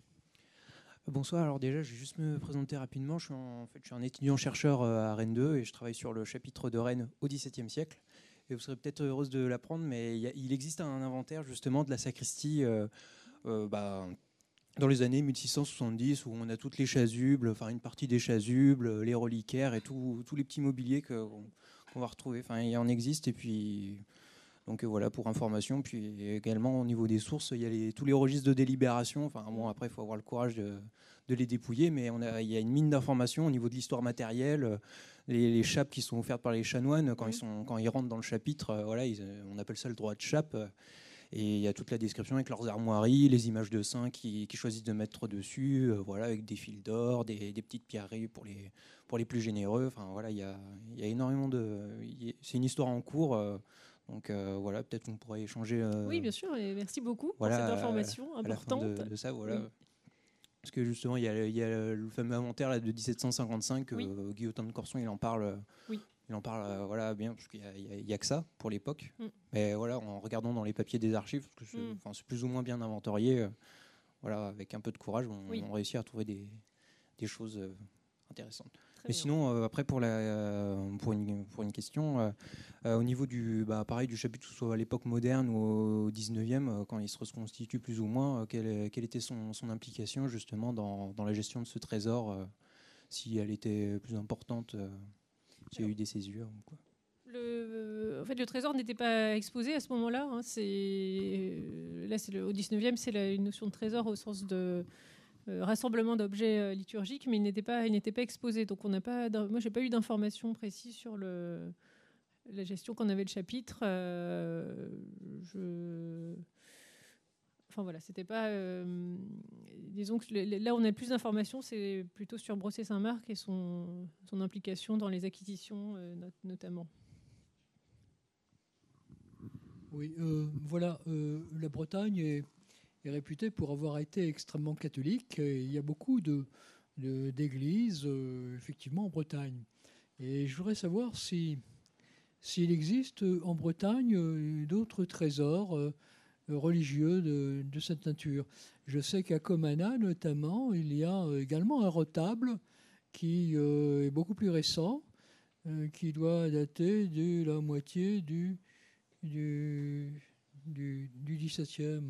Bonsoir, alors déjà je vais juste me présenter rapidement. Je suis, en, en fait, je suis un étudiant-chercheur à Rennes deux et je travaille sur le chapitre de Rennes au dix-septième siècle. Et vous serez peut-être heureuse de l'apprendre, mais il, y a, il existe un inventaire justement de la sacristie euh, euh, bah, dans les années mille six cent soixante-dix où on a toutes les chasubles, enfin une partie des chasubles, les reliquaires et tout, tous les petits mobiliers que, qu'on, qu'on va retrouver. Enfin, il en existe et puis... Donc voilà, pour information. Puis également au niveau des sources, il y a les, tous les registres de délibération. Enfin bon, après il faut avoir le courage de, de les dépouiller, mais on a, il y a une mine d'informations au niveau de l'histoire matérielle, les, les chapes qui sont offertes par les chanoines quand, mmh. ils, sont, quand ils rentrent dans le chapitre. Voilà, ils, on appelle ça le droit de chape. Et il y a toute la description avec leurs armoiries, les images de saints qui, qui choisissent de mettre dessus, euh, voilà, avec des fils d'or, des, des petites pierreries pour les, pour les plus généreux. Enfin voilà, il y a, il y a énormément de... C'est une histoire en cours. Euh, Donc euh, voilà, peut-être qu'on pourrait échanger. Euh, oui, bien sûr, et merci beaucoup voilà, pour cette information à, à importante. la fin de, de ça, voilà. Oui. Parce que justement, il y a, il y a le fameux inventaire là, de dix-sept cent cinquante-cinq. Oui. Euh, Guillotin de Corson, il en parle. Oui. Il en parle, euh, voilà, bien, parce qu'il n'y a, a, a que ça pour l'époque. Mm. Mais voilà, en regardant dans les papiers des archives, parce que c'est, mm. c'est plus ou moins bien inventorié. Euh, voilà, avec un peu de courage, on, oui. on réussit à trouver des, des choses euh, intéressantes. Mais sinon, euh, après, pour, la, euh, pour, une, pour une question, euh, euh, au niveau du, bah, pareil, du chapitre, soit à l'époque moderne ou au dix-neuvième, euh, quand il se reconstitue plus ou moins, euh, quelle, quelle était son, son implication justement dans, dans la gestion de ce trésor, euh, si elle était plus importante, euh, s'il y a eu des césures ou quoi. Le, en fait, le trésor n'était pas exposé à ce moment-là. Hein, c'est, là, c'est le, au dix-neuvième, c'est la, une notion de trésor au sens de... Euh, rassemblement d'objets euh, liturgiques, mais il n'était pas, il n'était pas exposé. Donc on n'a pas, moi j'ai pas eu d'informations précises sur le, la gestion qu'on avait le chapitre. Euh, je, enfin voilà, c'était pas. Euh, disons que là où on a le plus d'informations, c'est plutôt sur Brossé-Saint-Marc et son, son implication dans les acquisitions euh, not- notamment. Oui, euh, voilà, euh, la Bretagne est est réputé pour avoir été extrêmement catholique. Et il y a beaucoup de, de, d'églises, euh, effectivement, en Bretagne. Et je voudrais savoir si, s'il existe en Bretagne euh, d'autres trésors euh, religieux de, de cette nature. Je sais qu'à Comana, notamment, il y a également un retable qui euh, est beaucoup plus récent, euh, qui doit dater de la moitié du... du du, du dix-septième.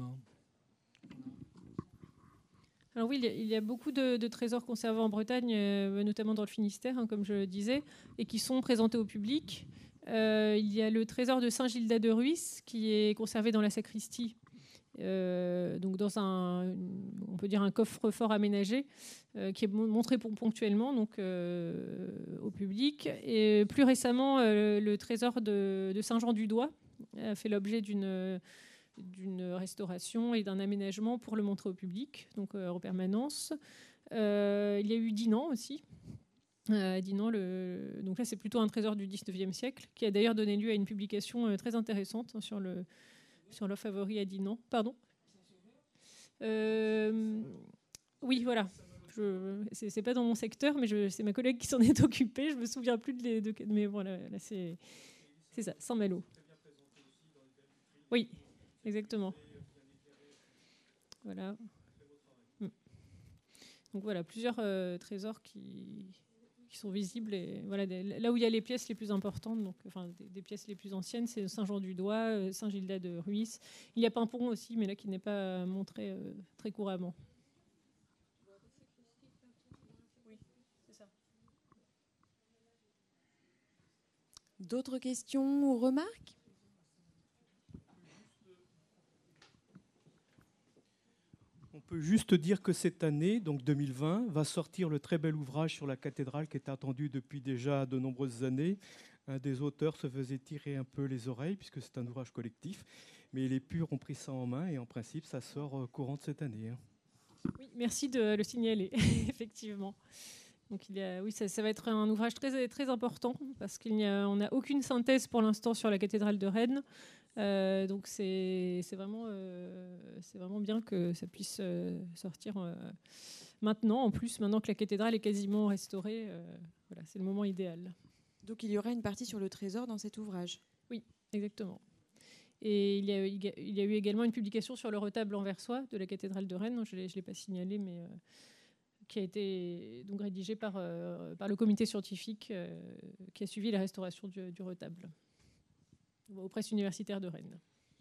Alors oui, il y a beaucoup de, de trésors conservés en Bretagne, euh, notamment dans le Finistère, hein, comme je le disais, et qui sont présentés au public. Euh, il y a le trésor de Saint-Gildas de Ruisse, qui est conservé dans la sacristie, euh, donc dans un, on peut dire un coffre-fort aménagé, euh, qui est montré ponctuellement donc, euh, au public. Et plus récemment, euh, le trésor de, de Saint-Jean-du-Doigt a fait l'objet d'une... d'une restauration et d'un aménagement pour le montrer au public, donc euh, en permanence. Euh, il y a eu Dinan aussi. Euh, Dinan, le... donc là, c'est plutôt un trésor du dix-neuvième siècle, qui a d'ailleurs donné lieu à une publication euh, très intéressante hein, sur, le... sur l'offre favori à Dinan. Pardon euh... Oui, voilà. Je... C'est, c'est pas dans mon secteur, mais je... c'est ma collègue qui s'en est occupée. Je me souviens plus de les... de... mais voilà, là, c'est... c'est ça, Saint-Malo. Oui. Exactement. Voilà. Donc voilà, plusieurs euh, trésors qui, qui sont visibles. Et voilà, des, là où il y a les pièces les plus importantes, donc, enfin, des, des pièces les plus anciennes, c'est Saint-Jean-du-Doigt, Saint-Gildas de Ruisse. Il y a Pimpon aussi, mais là qui n'est pas montré euh, très couramment. Oui, c'est ça. D'autres questions ou remarques ? On peut juste dire que cette année, donc deux mille vingt, va sortir le très bel ouvrage sur la cathédrale qui est attendu depuis déjà de nombreuses années. Un des auteurs se faisait tirer un peu les oreilles puisque c'est un ouvrage collectif, mais les purs ont pris ça en main et en principe ça sort courant de cette année. Oui, merci de le signaler, effectivement. Donc il y a, oui, ça, ça va être un ouvrage très, très important parce qu'on n'a aucune synthèse pour l'instant sur la cathédrale de Rennes. Euh, donc c'est, c'est, vraiment, euh, c'est vraiment bien que ça puisse euh, sortir euh, maintenant. En plus, maintenant que la cathédrale est quasiment restaurée, euh, voilà, c'est le moment idéal. Donc il y aura une partie sur le trésor dans cet ouvrage. Oui, exactement. Et il y, a, il y a eu également une publication sur le retable anversois de la cathédrale de Rennes. Je ne l'ai pas signalé, mais euh, qui a été donc rédigé par, euh, par le comité scientifique euh, qui a suivi la restauration du, du retable aux presses universitaires de Rennes.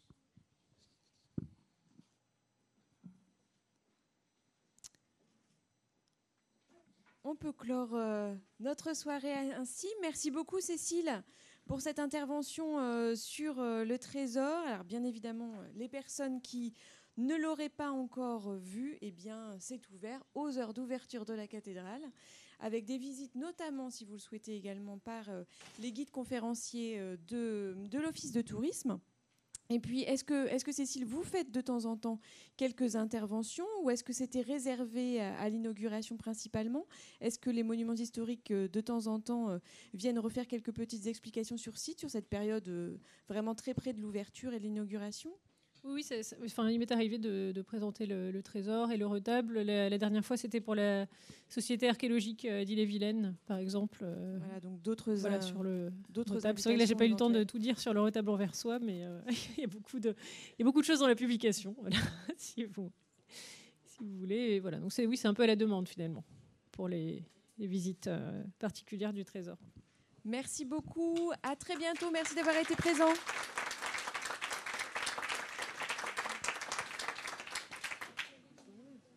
On peut clore euh, notre soirée ainsi. Merci beaucoup Cécile pour cette intervention euh, sur euh, le trésor. Alors bien évidemment, les personnes qui ne l'auraient pas encore vu, eh bien c'est ouvert aux heures d'ouverture de la cathédrale, avec des visites notamment, si vous le souhaitez également, par euh, les guides conférenciers euh, de, de l'Office de tourisme. Et puis, est-ce que, est-ce que Cécile, vous faites de temps en temps quelques interventions ou est-ce que c'était réservé à, à l'inauguration principalement ? Est-ce que les monuments historiques, euh, de temps en temps, euh, viennent refaire quelques petites explications sur site, sur cette période euh, vraiment très près de l'ouverture et de l'inauguration ? Oui, c'est, c'est, enfin, il m'est arrivé de, de présenter le, le trésor et le retable. La, la dernière fois, c'était pour la Société archéologique d'Ille-et-Vilaine, par exemple. Voilà, donc d'autres, voilà, euh, sur le d'autres retable. C'est vrai que là, j'ai pas eu le temps de tout dire sur le retable anversois, mais euh, il y a beaucoup de, il y a beaucoup de choses dans la publication. Voilà, si vous, si vous voulez. Et voilà, donc c'est, oui, c'est un peu à la demande finalement pour les, les visites euh, particulières du trésor. Merci beaucoup. À très bientôt. Merci d'avoir été présent.